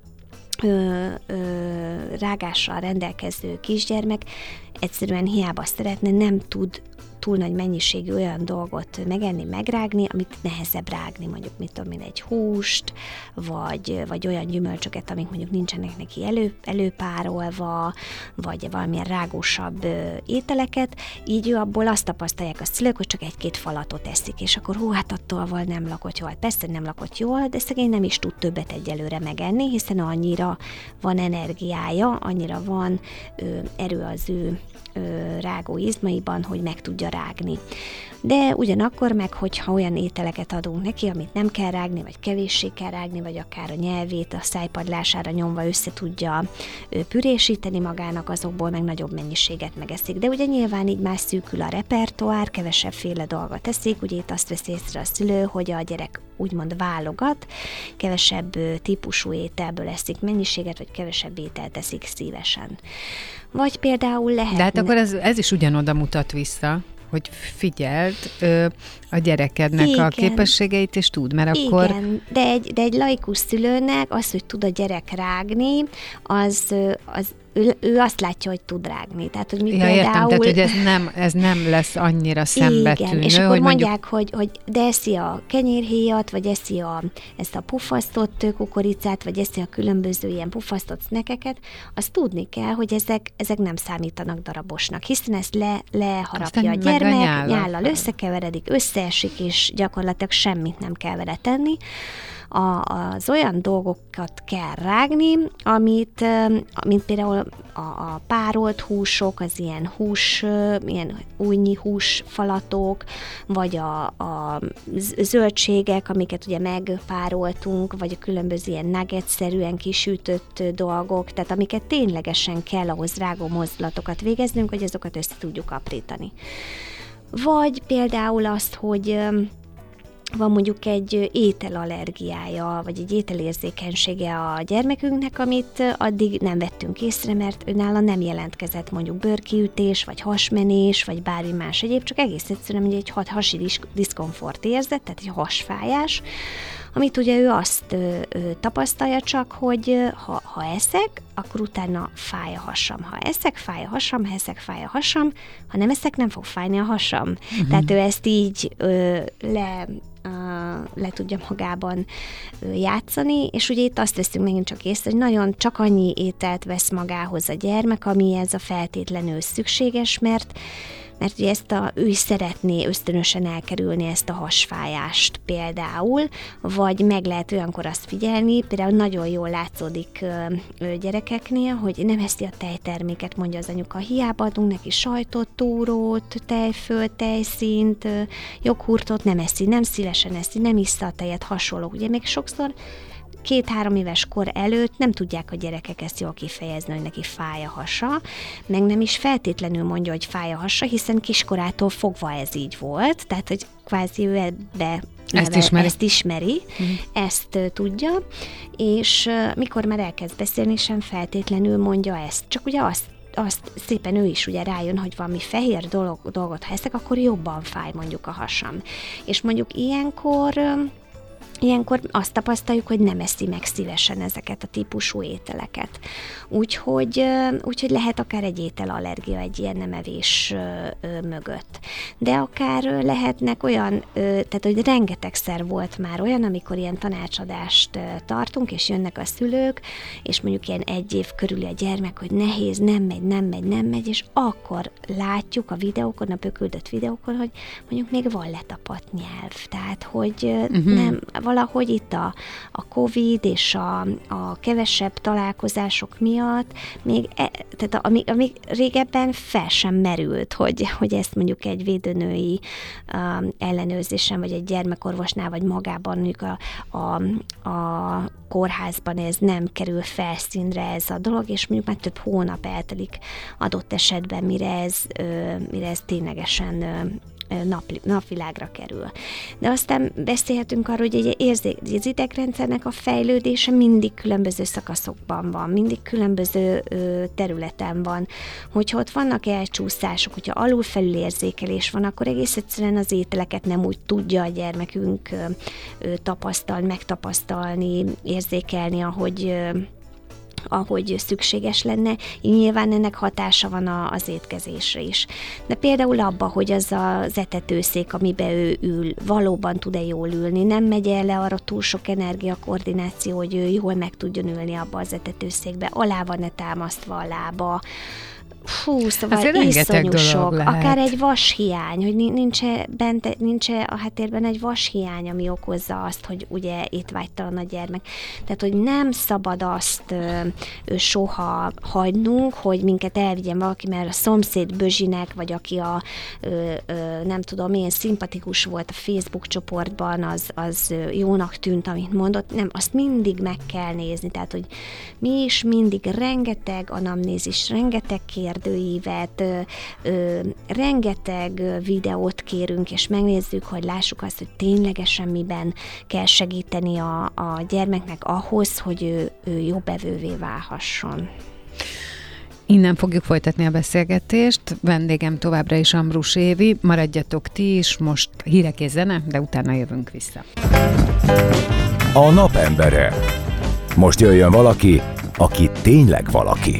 rágással rendelkező kisgyermek egyszerűen hiába szeretne, nem tud túl nagy mennyiségű olyan dolgot megenni, megrágni, amit nehezebb rágni, mondjuk mit tudom én, egy húst, vagy olyan gyümölcsöket, amik mondjuk nincsenek neki előpárolva, vagy valamilyen rágósabb ételeket, így ő abból azt tapasztalják a szülők, hogy csak egy-két falatot eszik, és akkor hát attól nem lakott jól. Persze nem lakott jól, de szegény nem is tud többet egyelőre megenni, hiszen annyira van energiája, annyira van erő az ő rágó izmaiban, hogy meg tudja rágni. De ugyanakkor meg, hogyha olyan ételeket adunk neki, amit nem kell rágni, vagy kevéssé kell rágni, vagy akár a nyelvét a szájpadlására nyomva össze tudja pürésíteni magának, azokból meg nagyobb mennyiséget megeszik. De ugye nyilván így már szűkül a repertoár, kevesebb féle dolgot eszik, ugye itt azt veszi észre a szülő, hogy a gyerek úgymond válogat, kevesebb típusú ételből eszik mennyiséget, vagy kevesebb ételt eszik szívesen. Vagy például lehet... De hát akkor ez is ugyanoda mutat vissza, hogy figyeld a gyerekednek a képességeit, és tud, mert akkor... Igen, de egy laikus szülőnek az, hogy tud a gyerek rágni, ő azt látja, hogy tud rágni. Tehát, hogy mi például... Értem, tehát, hogy ez nem lesz annyira szembetűnő. Igen, és akkor mondják, hogy de eszi a kenyérhéjat, vagy eszi ezt a puffasztott kukoricát, vagy eszi a különböző ilyen puffasztott snackeket, azt tudni kell, hogy ezek nem számítanak darabosnak, hiszen ezt leharapja a gyermek, nyállal összekeveredik, összeesik, és gyakorlatilag semmit nem kell vele tenni. Az olyan dolgokat kell rágni, mint például a párolt húsok, az ilyen újnyi húsfalatok, vagy a zöldségek, amiket ugye megpároltunk, vagy a különböző ilyen nugget-szerűen kisütött dolgok, tehát amiket ténylegesen kell ahhoz rágó mozdulatokat végeznünk, hogy azokat össze tudjuk aprítani. Vagy például azt, hogy van mondjuk egy ételallergiája, vagy egy ételérzékenysége a gyermekünknek, amit addig nem vettünk észre, mert önállóan nem jelentkezett mondjuk bőrkiütés, vagy hasmenés, vagy bármi más egyéb, csak egész egyszerűen egy hasi diszkomfort érzet, tehát egy hasfájás, amit ugye ő azt tapasztalja csak, hogy ha eszek, akkor utána fáj a hasam. Ha eszek, fáj a hasam, ha eszek, fáj a hasam, ha nem eszek, nem fog fájni a hasam. Uh-huh. Tehát ő ezt így le tudja magában játszani, és ugye itt azt veszünk megint csak észre, hogy nagyon csak annyi ételt vesz magához a gyermek, ami ez a feltétlenül szükséges, mert ugye ő is szeretné ösztönösen elkerülni ezt a hasfájást például, vagy meg lehet olyankor azt figyelni, például nagyon jól látszódik gyerekeknél, hogy nem eszi a tejterméket, mondja az anyuka, hiába adunk neki sajtot, túrót, tejfölt, tejszínt, joghurtot, nem eszi, nem szívesen eszi, nem issza a tejet, hasonló. Ugye még sokszor 2-3 éves kor előtt nem tudják a gyerekek ezt jól kifejezni, hogy neki fáj a hasa, meg nem is feltétlenül mondja, hogy fáj a hasa, hiszen kiskorától fogva ez így volt, tehát hogy kvázi ő ebbe ezt ismeri, ezt tudja, és mikor már elkezd beszélni, sem feltétlenül mondja ezt, csak ugye azt szépen ő is ugye rájön, hogy valami fehér dolgot ha eszek, akkor jobban fáj mondjuk a hasam. És mondjuk ilyenkor ilyenkor azt tapasztaljuk, hogy nem eszi meg szívesen ezeket a típusú ételeket. Úgyhogy lehet akár egy ételallergia egy ilyen nem evés mögött. De akár lehetnek olyan, tehát hogy rengetegszer volt már olyan, amikor ilyen tanácsadást tartunk, és jönnek a szülők, és mondjuk ilyen 1 év körüli a gyermek, hogy nehéz, nem megy, és akkor látjuk a videókon, a beküldött videókon, hogy mondjuk még van letapadt nyelv. Tehát, hogy nem, valahogy itt a Covid és a kevesebb találkozások miatt tehát ami régebben fel sem merült, hogy ezt mondjuk egy védőnői ellenőrzésen, vagy egy gyermekorvosnál, vagy magában mondjuk a kórházban ez nem kerül felszínre ez a dolog, és mondjuk már több hónap eltelik adott esetben, mire ez ténylegesen napvilágra kerül. De aztán beszélhetünk arról, hogy az idegrendszernek a fejlődése mindig különböző szakaszokban van, mindig különböző területen van. Hogyha ott vannak elcsúszások, hogyha alul-felülérzékelés van, akkor egész egyszerűen az ételeket nem úgy tudja a gyermekünk megtapasztalni, érzékelni, ahogy szükséges lenne, nyilván ennek hatása van az étkezésre is. De például abba, hogy az az etetőszék, amiben ő ül, valóban tud-e jól ülni, nem megy el le arra túl sok energiakoordináció, hogy ő jól meg tudjon ülni abba az etetőszékbe, alá van-e támasztva a lába, szóval iszonyú sok. Akár egy vashiány, hogy nincs a háttérben egy vashiány, ami okozza azt, hogy ugye étvágytalan a gyermek. Tehát, hogy nem szabad azt soha hagynunk, hogy minket elvigyen valaki, mert a szomszéd Bözsinek, vagy aki nem tudom, milyen szimpatikus volt a Facebook csoportban, az jónak tűnt, amit mondott. Nem, azt mindig meg kell nézni. Tehát, hogy mi is mindig rengeteg anamnézis, rengeteg kérdőívet, rengeteg videót kérünk, és megnézzük, hogy lássuk azt, hogy ténylegesen miben kell segíteni a gyermeknek ahhoz, hogy ő jobb evővé válhasson. Innen fogjuk folytatni a beszélgetést. Vendégem továbbra is Ambrus Évi. Maradjatok ti is, most hírek és zene, de utána jövünk vissza. A napembere. Most jöjjön valaki, aki tényleg valaki.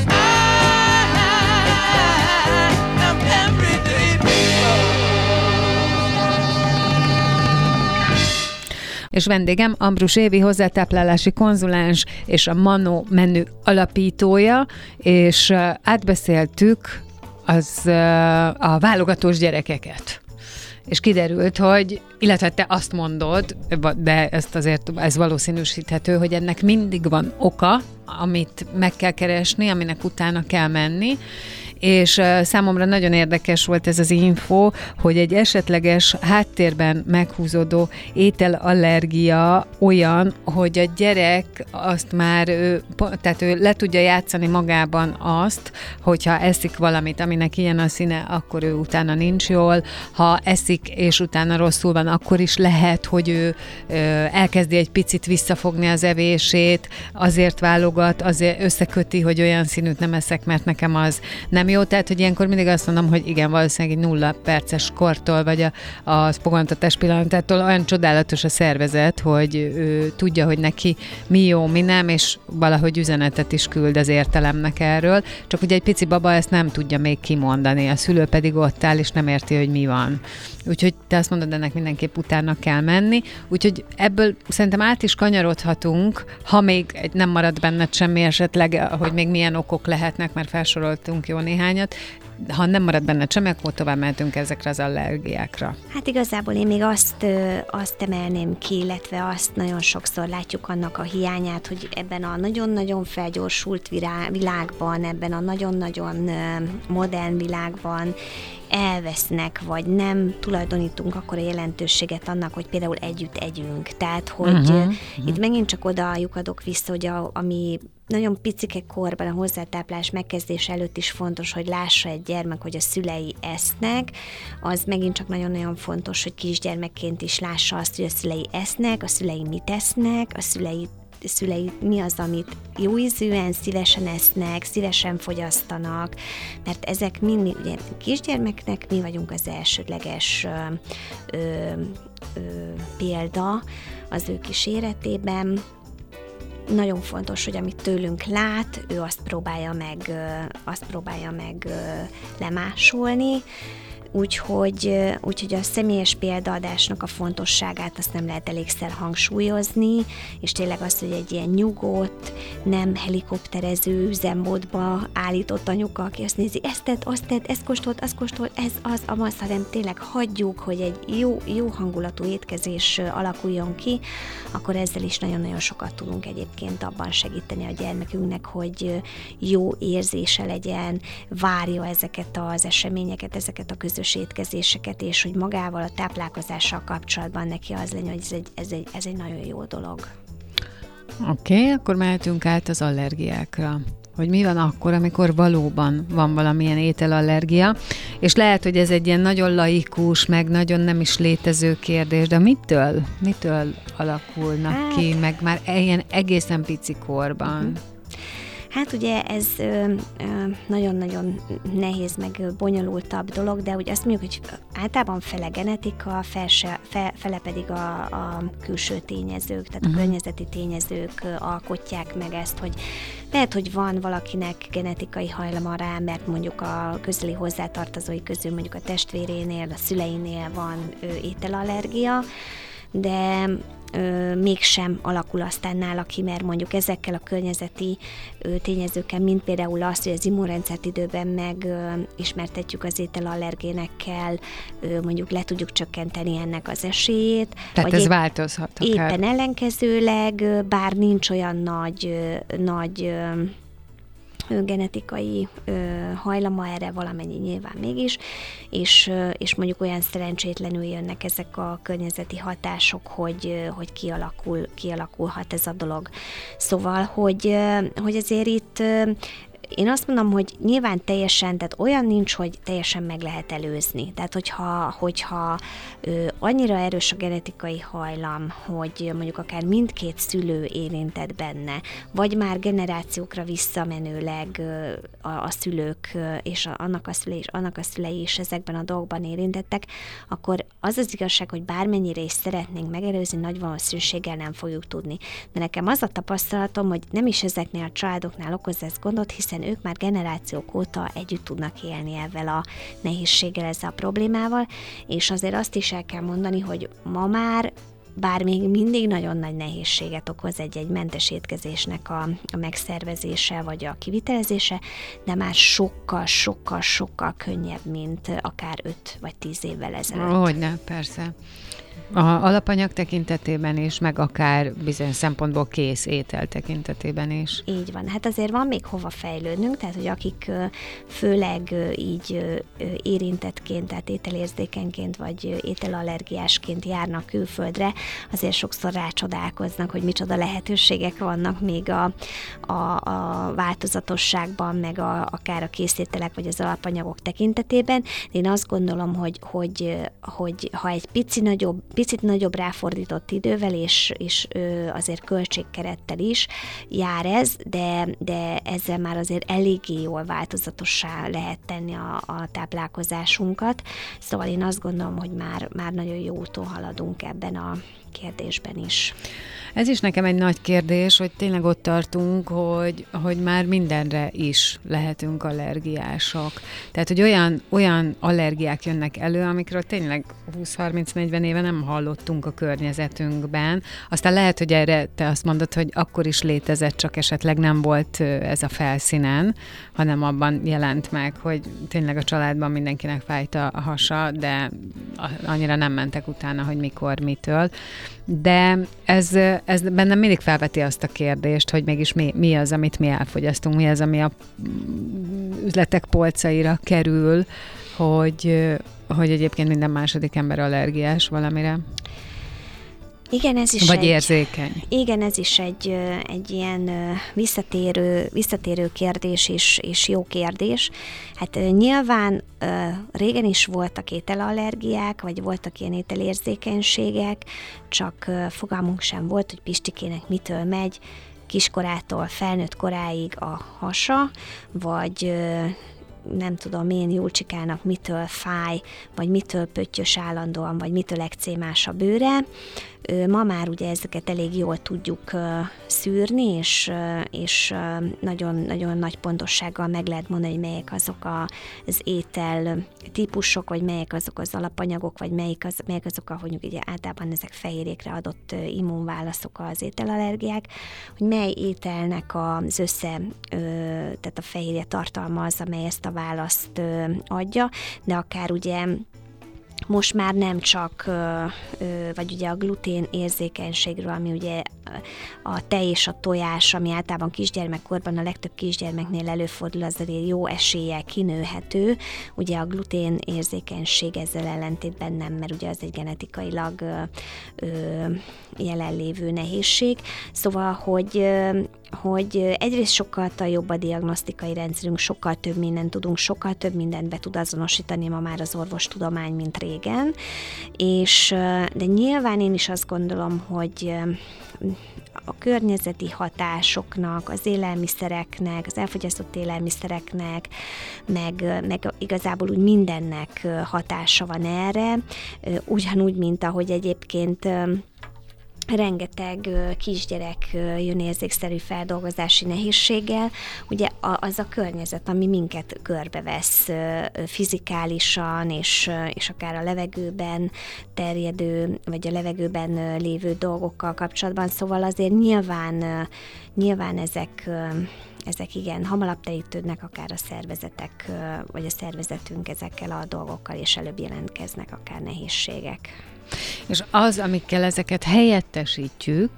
És vendégem Ambrus Évi, hozzátáplálási konzulens és a Manó menü alapítója, és átbeszéltük a válogatós gyerekeket. És kiderült, hogy, illetve te azt mondod, de ez valószínűsíthető, hogy ennek mindig van oka, amit meg kell keresni, aminek utána kell menni, és számomra nagyon érdekes volt ez az info, hogy egy esetleges háttérben meghúzódó ételallergia olyan, hogy a gyerek azt már, tehát ő le tudja játszani magában azt, hogyha eszik valamit, aminek ilyen a színe, akkor ő utána nincs jól, ha eszik és utána rosszul van, akkor is lehet, hogy ő elkezdi egy picit visszafogni az evését, azért válogat, azért összeköti, hogy olyan színűt nem eszek, mert nekem az nem jó, tehát, hogy ilyenkor mindig azt mondom, hogy igen, valószínűleg egy 0 perces kortól, vagy a fogantatás pillanatától olyan csodálatos a szervezet, hogy ő tudja, hogy neki mi jó, mi nem, és valahogy üzenetet is küld az értelemnek erről, csak ugye egy pici baba ezt nem tudja még kimondani, a szülő pedig ott áll, és nem érti, hogy mi van. Úgyhogy te azt mondod, ennek mindenképp utána kell menni, úgyhogy ebből szerintem át is kanyarodhatunk, ha még nem marad benned semmi esetleg, hogy még milyen okok lehetnek, mert felsoroltunk jó néhányat, ha nem marad benned semmi, akkor tovább mehetünk ezekre az allergiákra. Hát igazából én még azt emelném ki, illetve azt nagyon sokszor látjuk annak a hiányát, hogy ebben a nagyon-nagyon felgyorsult világban, ebben a nagyon-nagyon modern világban elvesznek, vagy nem tulajdonítunk akkor a jelentőséget annak, hogy például együtt együnk. Tehát, hogy itt megint csak oda lyukadok vissza, hogy ami nagyon picike korban a hozzátáplálás megkezdése előtt is fontos, hogy lássa egy gyermek, hogy a szülei esznek, az megint csak nagyon-nagyon fontos, hogy kisgyermekként is lássa azt, hogy a szülei esznek, a szülei mit esznek, a szülei mi az, amit jó ízűen, szívesen esznek, szívesen fogyasztanak, mert ezek mind, ugye kisgyermeknek mi vagyunk az elsődleges példa az ő kis életében. Nagyon fontos, hogy amit tőlünk lát, ő azt próbálja meg lemásolni, úgyhogy a személyes példaadásnak a fontosságát azt nem lehet elégszer hangsúlyozni, és tényleg az, hogy egy ilyen nyugodt, nem helikopterező üzemmódba állított anyuka, aki azt nézi, ezt tedd, azt tedd, ezt kóstold, azt kóstold, ez az, amaz, hanem tényleg hagyjuk, hogy egy jó hangulatú étkezés alakuljon ki, akkor ezzel is nagyon-nagyon sokat tudunk egyébként abban segíteni a gyermekünknek, hogy jó érzése legyen, várja ezeket az eseményeket, ezeket a közös étkezéseket, és hogy magával a táplálkozással kapcsolatban neki az legyen, hogy ez egy nagyon jó dolog. Oké, akkor mehetünk át az allergiákra. Hogy mi van akkor, amikor valóban van valamilyen ételallergia, és lehet, hogy ez egy ilyen nagyon laikus, meg nagyon nem is létező kérdés, de mitől alakulnak ki, meg már ilyen egészen pici korban? Hát ugye ez nagyon-nagyon nehéz, meg bonyolultabb dolog, de úgy azt mondjuk, hogy általában fele genetika, fele pedig a külső tényezők, tehát a környezeti tényezők alkotják meg ezt, hogy lehet, hogy van valakinek genetikai hajlama rá, mert mondjuk a közeli hozzátartozói közül, mondjuk a testvérénél, a szüleinél van ételallergia, de mégsem alakul aztán nála ki, mert mondjuk ezekkel a környezeti tényezőkkel, mint például azt, hogy az immunrendszert időben megismertetjük az ételallergénekkel, mondjuk le tudjuk csökkenteni ennek az esélyét. Tehát ez változhat akár. Éppen ellenkezőleg, bár nincs olyan nagy genetikai hajlama erre, valamennyi nyilván mégis, és mondjuk olyan szerencsétlenül jönnek ezek a környezeti hatások, hogy kialakulhat ez a dolog. Szóval, hogy azért itt én azt mondom, hogy nyilván teljesen, tehát olyan nincs, hogy teljesen meg lehet előzni. Tehát, hogyha annyira erős a genetikai hajlam, hogy mondjuk akár mindkét szülő érintett benne, vagy már generációkra visszamenőleg a szülők és annak a szülei is ezekben a dolgokban érintettek, akkor az az igazság, hogy bármennyire is szeretnénk megelőzni, nagy valószínűséggel nem fogjuk tudni. De nekem az a tapasztalatom, hogy nem is ezeknél a családoknál okoz ez gondot, hiszen ők már generációk óta együtt tudnak élni ezzel a nehézséggel, ezzel a problémával, és azért azt is el kell mondani, hogy ma már, bár még mindig nagyon nagy nehézséget okoz egy mentes étkezésnek a megszervezése vagy a kivitelezése, de már sokkal könnyebb, mint akár 5 vagy 10 évvel ezelőtt. Hogyne, persze. A alapanyag tekintetében is, meg akár bizonyos szempontból kész étel tekintetében is. Így van. Hát azért van még hova fejlődnünk, tehát hogy akik főleg így érintettként, tehát ételérzékenként vagy ételallergiásként járnak külföldre, azért sokszor rácsodálkoznak, hogy micsoda lehetőségek vannak még a változatosságban, meg akár a készételek vagy az alapanyagok tekintetében. Én azt gondolom, hogy ha egy picit nagyobb ráfordított idővel, és azért költségkerettel is jár ez, de ezzel már azért eléggé jól változatossá lehet tenni a táplálkozásunkat. Szóval én azt gondolom, hogy már nagyon jó úton haladunk ebben a kérdésben is. Ez is nekem egy nagy kérdés, hogy tényleg ott tartunk, hogy már mindenre is lehetünk allergiások. Tehát, hogy olyan allergiák jönnek elő, amikről tényleg 20-30-40 éve nem hallottunk a környezetünkben. Aztán lehet, hogy erre te azt mondod, hogy akkor is létezett, csak esetleg nem volt ez a felszínen, hanem abban jelent meg, hogy tényleg a családban mindenkinek fájt a hasa, de annyira nem mentek utána, hogy mikor, mitől. De ez bennem mindig felveti azt a kérdést, hogy mégis mi az, amit mi elfogyasztunk, mi az, ami a üzletek polcaira kerül, hogy egyébként minden második ember allergiás valamire. Igen, ez is vagy érzékeny. Igen, ez is egy ilyen visszatérő kérdés és jó kérdés. Hát nyilván régen is voltak ételallergiák, vagy voltak ilyen ételérzékenységek, csak fogalmunk sem volt, hogy Pistikének mitől megy kiskorától felnőtt koráig a hasa, vagy nem tudom én, Julcsikának mitől fáj, vagy mitől pöttyös állandóan, vagy mitől ekcémás a bőre. Ma már ugye ezeket elég jól tudjuk szűrni, és nagyon-nagyon nagy pontossággal meg lehet mondani, hogy melyek azok az étel típusok, vagy melyek azok az alapanyagok, vagy melyek azok, ahogy ugye általában ezek fehérjékre adott immunválaszok az ételallergiák, hogy mely ételnek az tehát a fehérje tartalma az, amely ezt a választ adja, de akár ugye most már nem csak, vagy ugye a glutén érzékenységről, ami ugye a tej és a tojás, ami általában kisgyermekkorban a legtöbb kisgyermeknél előfordul, az azért jó eséllyel kinőhető. Ugye a glutén érzékenység ezzel ellentétben nem, mert ugye az egy genetikailag jelenlévő nehézség. Szóval, hogy egyrészt sokkal jobb a diagnosztikai rendszerünk, sokkal több mindent tudunk, sokkal több mindent be tud azonosítani ma már az orvostudomány, mint régen, de nyilván én is azt gondolom, hogy a környezeti hatásoknak, az élelmiszereknek, az elfogyasztott élelmiszereknek, meg igazából úgy mindennek hatása van erre, ugyanúgy, mint ahogy egyébként rengeteg kisgyerek jön érzékszerű feldolgozási nehézséggel, ugye az a környezet, ami minket körbevesz fizikálisan, és akár a levegőben terjedő, vagy a levegőben lévő dolgokkal kapcsolatban, szóval azért nyilván ezek igen, hamarabb terítődnek akár a szervezetek, vagy a szervezetünk ezekkel a dolgokkal, és előbb jelentkeznek akár nehézségek. És az, amikkel ezeket helyettesítjük,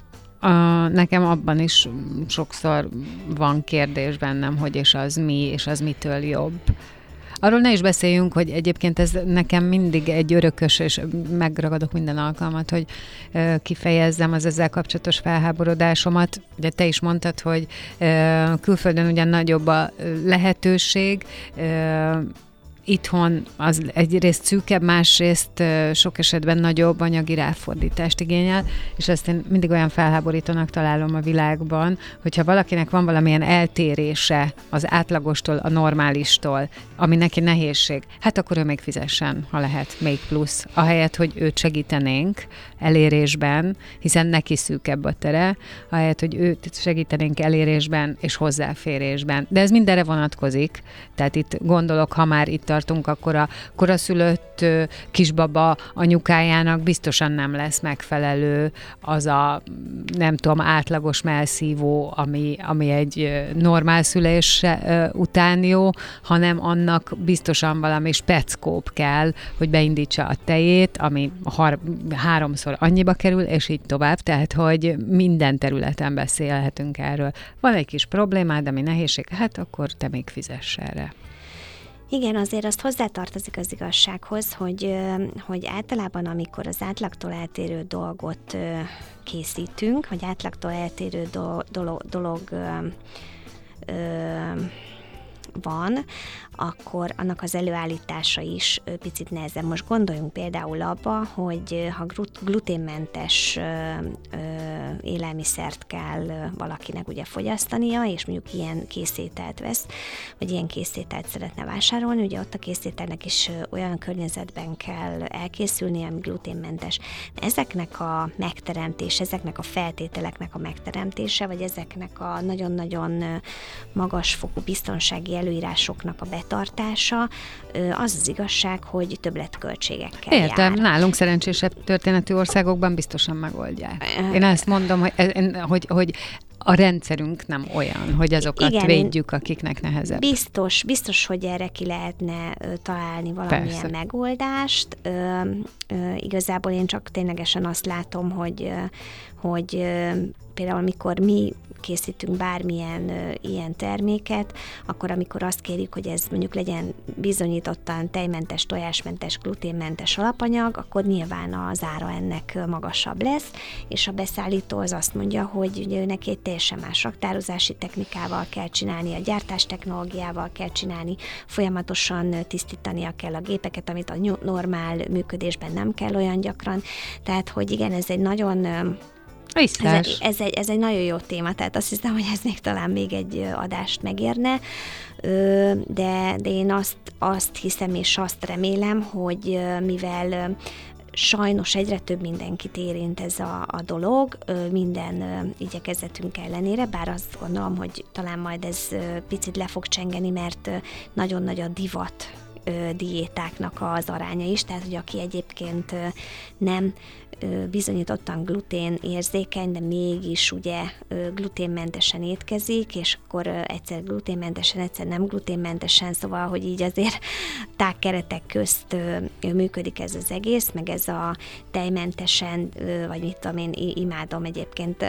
nekem abban is sokszor van kérdés bennem, hogy és az mi, és az mitől jobb. Arról ne is beszéljünk, hogy egyébként ez nekem mindig egy örökös, és megragadok minden alkalmat, hogy kifejezzem az ezzel kapcsolatos felháborodásomat. Ugye te is mondtad, hogy külföldön ugyan nagyobb a lehetőség, itthon az egyrészt szűkebb, másrészt sok esetben nagyobb anyagi ráfordítást igényel, és ezt én mindig olyan felháborítónak találom a világban, hogyha valakinek van valamilyen eltérése az átlagostól, a normálistól, ami neki nehézség, hát akkor ő még fizessen, ha lehet, még plusz, ahelyett, hogy őt segítenénk elérésben, hiszen neki szűkebb a tere, ahelyett, hogy őt segítenénk elérésben és hozzáférésben. De ez mindenre vonatkozik, tehát itt gondolok, ha már itt tartunk, akkor a koraszülött kisbaba anyukájának biztosan nem lesz megfelelő az a, nem tudom, átlagos mellszívó, ami egy normál szülés után jó, hanem annak biztosan valami speckóp kell, hogy beindítsa a tejét, ami 3-szor annyiba kerül, és így tovább, tehát, hogy minden területen beszélhetünk erről. Van egy kis problémád, ami nehézség, hát akkor te még fizess erre. Igen, azért azt hozzátartozik az igazsághoz, hogy általában, amikor az átlagtól eltérő dolgot készítünk, vagy átlagtól eltérő dolog van, akkor annak az előállítása is picit nehezebb. Most gondoljunk például abba, hogy ha gluténmentes élelmiszert kell valakinek ugye fogyasztania, és mondjuk ilyen készételt vesz, vagy ilyen készételt szeretne vásárolni, ugye ott a készételnek is olyan környezetben kell elkészülni, ami gluténmentes. Ezeknek a megteremtése, ezeknek a feltételeknek a megteremtése, vagy ezeknek a nagyon-nagyon magasfokú biztonsági előírásoknak a betartása, az az igazság, hogy többletköltségekkel Értem, jár. nálunk szerencsésebb történetű országokban biztosan megoldják. Én ezt mondom, hogy a rendszerünk nem olyan, hogy azokat igen, védjük, akiknek nehezebb. Biztos, hogy erre ki lehetne találni valamilyen megoldást. Igazából én csak ténylegesen azt látom, hogy például amikor mi készítünk bármilyen ilyen terméket, akkor amikor azt kérjük, hogy ez mondjuk legyen bizonyítottan tejmentes, tojásmentes, gluténmentes alapanyag, akkor nyilván az ára ennek magasabb lesz, és a beszállító az azt mondja, hogy ugye neki egy teljesen más raktározási technikával kell csinálni, a gyártás technológiával kell csinálni, folyamatosan tisztítania kell a gépeket, amit a normál működésben nem kell olyan gyakran. Tehát, hogy igen, ez egy nagyon Ez egy nagyon jó téma, tehát azt hiszem, hogy ez még talán még egy adást megérne, de én azt hiszem és azt remélem, hogy mivel sajnos egyre több mindenkit érint ez a dolog, minden igyekezetünk ellenére, bár azt gondolom, hogy talán majd ez picit le fog csengeni, mert nagyon nagy a divat diétáknak az aránya is, tehát hogy aki egyébként nem bizonyítottan glutén érzékeny, de mégis ugye gluténmentesen étkezik, és akkor egyszer gluténmentesen, egyszer nem gluténmentesen, szóval, hogy így azért tág keretek közt működik ez az egész, meg ez a tejmentesen, vagy mit tudom én, imádom egyébként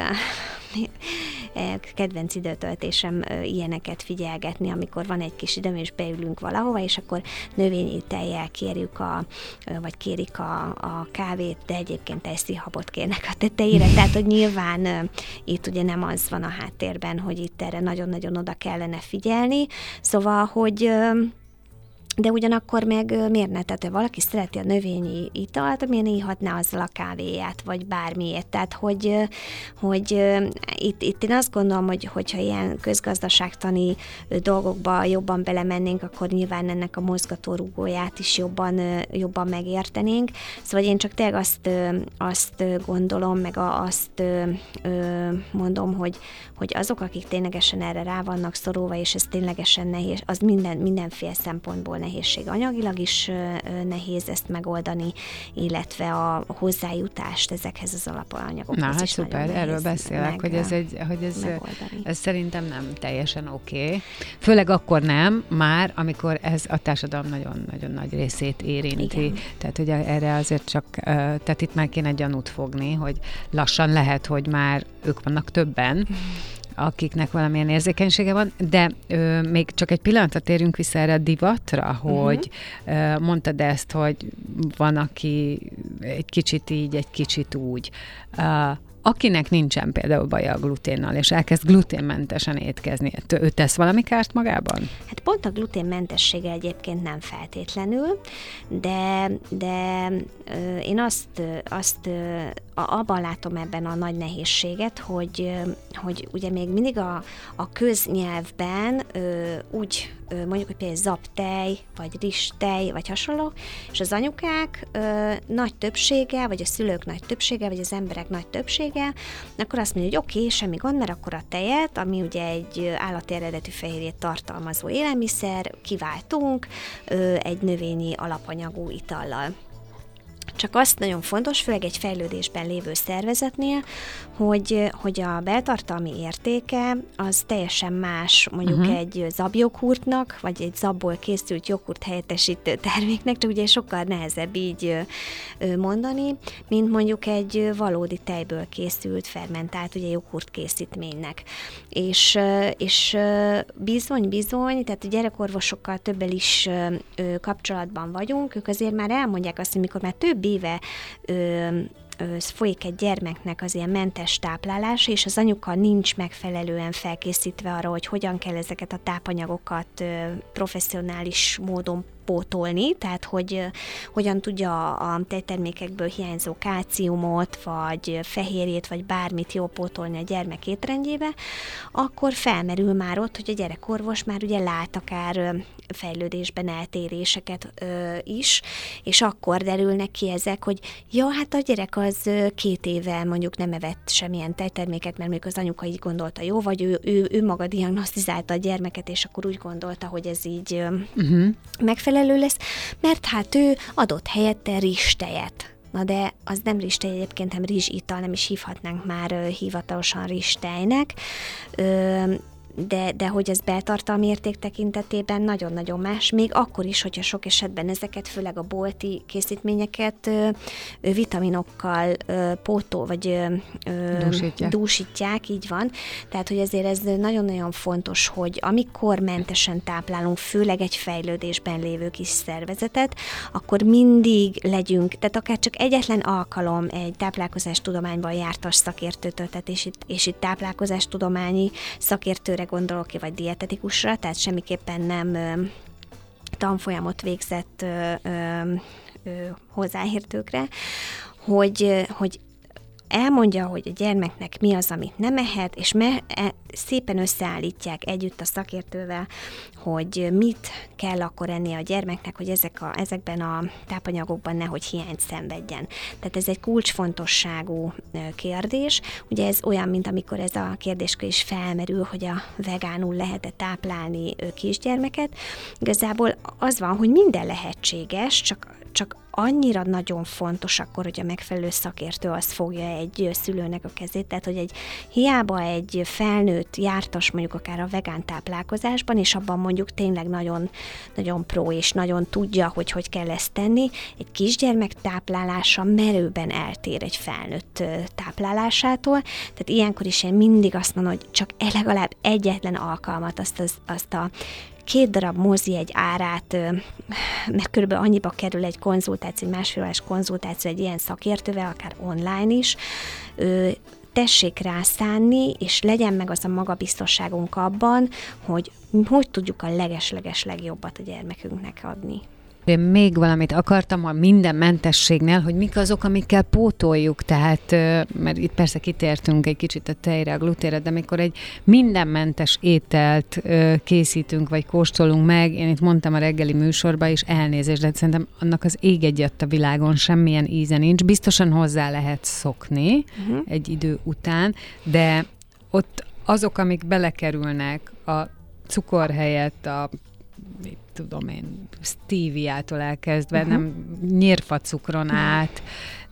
kedvenc időtöltésem ilyeneket figyelgetni, amikor van egy kis időm, és beülünk valahova, és akkor növényi tejjel vagy kérik a kávét, de egyébként tejszínhabot kérnek a tetejére, tehát hogy nyilván itt ugye nem az van a háttérben, hogy itt erre nagyon-nagyon oda kellene figyelni, szóval, hogy de ugyanakkor meg miért ne? Tehát, ha valaki szereti a növényi italt, miért ne ihatná azzal a kávéját, vagy bármiért. Tehát, hogy itt én azt gondolom, hogyha ilyen közgazdaságtani dolgokba jobban belemennénk, akkor nyilván ennek a mozgatórugóját is jobban megértenénk. Szóval én csak tényleg azt gondolom, meg azt mondom, hogy azok, akik ténylegesen erre rá vannak szorulva, és ez ténylegesen nehéz, az mindenféle szempontból nehézség. Anyagilag is nehéz ezt megoldani, illetve a hozzájutást ezekhez az alapanyagokhoz. Na, hát szuper, erről beszélek, hogy ez szerintem nem teljesen oké. Főleg akkor nem, már amikor ez a társadalom nagyon-nagyon nagy részét érinti. Igen. Tehát, hogy erre azért csak, tehát itt már kéne gyanút fogni, hogy lassan lehet, hogy már ők vannak többen, akiknek valamilyen érzékenysége van, de még csak egy pillanatra térjünk vissza erre a divatra, hogy mondtad ezt, hogy van, aki egy kicsit így, egy kicsit úgy. Akinek nincsen például baja a gluténnal, és elkezd gluténmentesen étkezni, ő tesz valami kárt magában? Hát pont a gluténmentessége egyébként nem feltétlenül, de én abban látom ebben a nagy nehézséget, hogy ugye még mindig a köznyelvben úgy mondjuk, hogy például zaptej, vagy rizstej, vagy hasonló, és az anyukák nagy többsége, vagy a szülők nagy többsége, vagy az emberek nagy többsége, akkor azt mondja, hogy oké, semmi gond, mert akkor a tejet, ami ugye egy állati eredetű fehérjét tartalmazó élelmiszer, kiváltunk egy növényi alapanyagú itallal. Csak azt nagyon fontos, főleg egy fejlődésben lévő szervezetnél, hogy a beltartalmi értéke az teljesen más mondjuk egy zabjoghurtnak, vagy egy zabból készült joghurt helyettesítő terméknek, csak ugye sokkal nehezebb így mondani, mint mondjuk egy valódi tejből készült, fermentált ugye joghurt készítménynek. És bizony, tehát a gyerekorvosokkal többel is kapcsolatban vagyunk, ők azért már elmondják azt, hogy mikor már több éve folyik egy gyermeknek az ilyen mentes táplálása, és az anyuka nincs megfelelően felkészítve arra, hogy hogyan kell ezeket a tápanyagokat professzionális módon pótolni, tehát hogy hogyan tudja a tejtermékekből hiányzó kálciumot, vagy fehérjét, vagy bármit jól pótolni a gyermek étrendjébe, akkor felmerül már ott, hogy a gyerekorvos már ugye lát akár fejlődésben eltéréseket is, és akkor derülnek ki ezek, hogy ja, hát a gyerek az 2 éve mondjuk nem evett semmilyen tejterméket, mert még az anyuka így gondolta, jó, vagy ő maga diagnosztizálta a gyermeket, és akkor úgy gondolta, hogy ez így megfelelő lesz, mert hát ő adott helyette rizstejet. Na de az nem rizstej egyébként, hanem rizsital, nem is hívhatnánk már hivatalosan rizstejnek, de hogy ez beltartalmi érték tekintetében nagyon-nagyon más, még akkor is, hogyha sok esetben ezeket, főleg a bolti készítményeket vitaminokkal vagy dúsítják, így van. Tehát, hogy ezért ez nagyon-nagyon fontos, hogy amikor mentesen táplálunk, főleg egy fejlődésben lévő kis szervezetet, akkor mindig legyünk, tehát akár csak egyetlen alkalom egy táplálkozástudományban jártas szakértőtől, és itt táplálkozástudományi szakértőre gondolok ki, vagy dietetikusra, tehát semmiképpen nem tanfolyamot végzett hozzáértőkre, hogy elmondja, hogy a gyermeknek mi az, amit nem ehet, és szépen összeállítják együtt a szakértővel, hogy mit kell akkor ennie a gyermeknek, hogy ezekben a tápanyagokban nehogy hiányt szenvedjen. Tehát ez egy kulcsfontosságú kérdés. Ugye ez olyan, mint amikor ez a kérdéskör is felmerül, hogy a vegánul lehet-e táplálni kisgyermeket. Igazából az van, hogy minden lehetséges, csak annyira nagyon fontos akkor, hogy a megfelelő szakértő azt fogja egy szülőnek a kezét, tehát hogy hiába egy felnőtt jártas mondjuk akár a vegán táplálkozásban, és abban mondjuk tényleg nagyon, nagyon pró, és nagyon tudja, hogy kell ezt tenni, egy kisgyermek táplálása merőben eltér egy felnőtt táplálásától, tehát ilyenkor is én mindig azt mondom, hogy csak legalább egyetlen alkalmat azt a 2 darab mozijegy árát, mert körülbelül annyiba kerül egy konzultáció, egy másfél órás konzultáció egy ilyen szakértővel, akár online is, tessék rá szánni, és legyen meg az a magabiztosságunk abban, hogy tudjuk a leges legjobbat a gyermekünknek adni. Én még valamit akartam a minden mentességnél, hogy mik azok, amikkel pótoljuk, tehát, mert itt persze kitértünk egy kicsit a tejre, a gluténre, de amikor egy mindenmentes ételt készítünk, vagy kóstolunk meg, én itt mondtam a reggeli műsorban is, elnézést, de szerintem annak az ég egyet a világon semmilyen íze nincs. Biztosan hozzá lehet szokni egy idő után, de ott azok, amik belekerülnek a cukor helyett, mit tudom én, stevia-tól elkezdve, nem nyírfacukron át,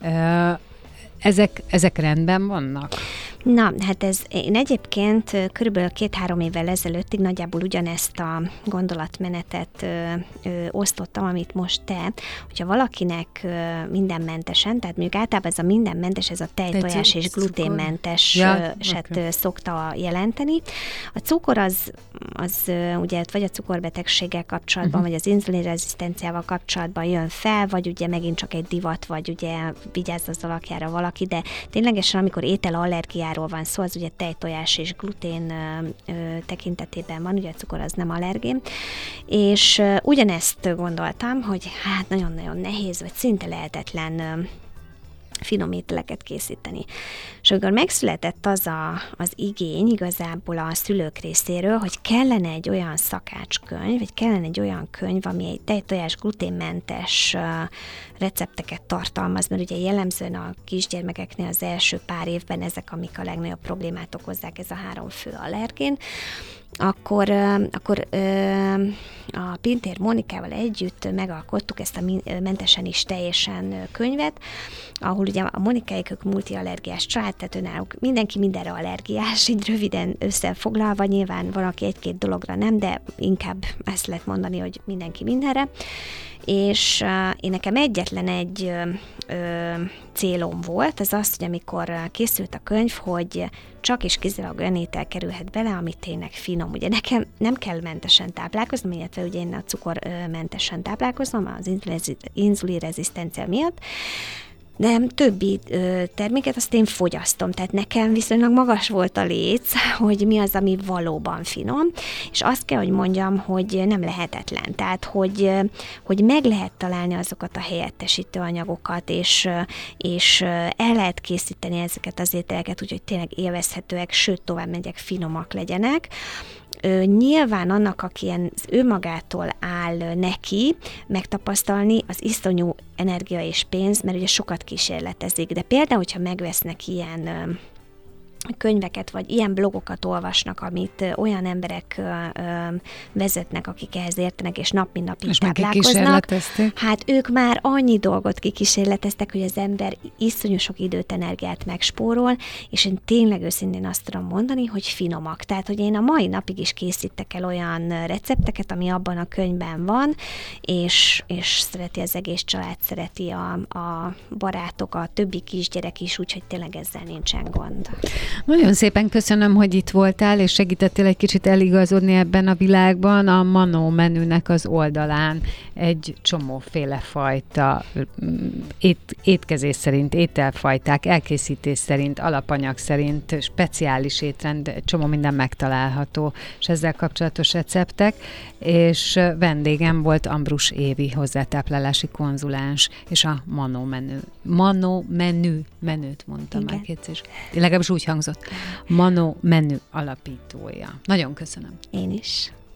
ezek rendben vannak? Na, hát én egyébként körülbelül 2-3 évvel ezelőttig nagyjából ugyanezt a gondolatmenetet osztottam, amit most te, hogyha valakinek mindenmentesen, tehát mondjuk általában ez a mindenmentes, ez a tejtojás és gluténmenteset szokta jelenteni. A cukor az ugye vagy a cukorbetegséggel kapcsolatban, vagy az inzulinrezisztenciával kapcsolatban jön fel, vagy ugye megint csak egy divat, vagy ugye vigyázz az alakjára valaki, de ténylegesen amikor ételallergiáról van szó, az ugye tejtojás és glutén tekintetében van, ugye a cukor az nem allergén, és ugyanezt gondoltam, hogy hát nagyon-nagyon nehéz, vagy szinte lehetetlen finom ételeket készíteni. És amikor megszületett az igény igazából a szülők részéről, hogy kellene egy olyan szakácskönyv, vagy kellene egy olyan könyv, ami egy tejtojás gluténmentes recepteket tartalmaz, mert ugye jellemzően a kisgyermekeknél az első pár évben ezek, amik a legnagyobb problémát okozzák, ez a 3 fő allergén, akkor a Pintér Mónikával együtt megalkottuk ezt a mentesen is teljesen könyvet, ahol ugye a Mónikáik, ők multiallergiás család, tehát náluk mindenki mindenre allergiás, így röviden összefoglalva, nyilván valaki 1-2 dologra nem, de inkább ezt lehet mondani, hogy mindenki mindenre. És én nekem egyetlen egy célom volt, ez az, hogy amikor készült a könyv, hogy csak és kizárólag olyan étel kerülhet bele, ami tényleg finom. Ugye nekem nem kell mentesen táplálkoznom, illetve ugye én a cukormentesen táplálkozom az inzulinrezisztencia miatt, de többi terméket azt én fogyasztom, tehát nekem viszonylag magas volt a léc, hogy mi az, ami valóban finom, és azt kell, hogy mondjam, hogy nem lehetetlen, tehát hogy meg lehet találni azokat a helyettesítő anyagokat, és el lehet készíteni ezeket az ételeket, úgyhogy tényleg élvezhetőek, sőt tovább megyek, finomak legyenek. Nyilván annak, aki ő magától áll neki, megtapasztalni az iszonyú energia és pénz, mert ugye sokat kísérletezik, de például, hogyha megvesznek ilyen könyveket, vagy ilyen blogokat olvasnak, amit olyan emberek vezetnek, akik ehhez értenek, és nap mint nap is táplálkoznak. Hát ők már annyi dolgot kikísérleteztek, hogy az ember iszonyú sok időt, energiát megspórol, és én tényleg őszintén azt tudom mondani, hogy finomak. Tehát, hogy én a mai napig is készítek el olyan recepteket, ami abban a könyvben van, és szereti az egész család, szereti a barátok, a többi kisgyerek is, úgyhogy tényleg ezzel nincsen gond. Nagyon szépen köszönöm, hogy itt voltál, és segítettél egy kicsit eligazodni ebben a világban. A Manó menünek az oldalán egy csomóféle fajta étkezés szerint, ételfajták, elkészítés szerint, alapanyag szerint, speciális étrend, csomó minden megtalálható, és ezzel kapcsolatos receptek, és vendégem volt Ambrus Évi, hozzátáplálási konzuláns, és a Manó menüt mondtam már kétszer. Legalábbis úgy hangzott. Manó menü alapítója. Nagyon köszönöm. Én is.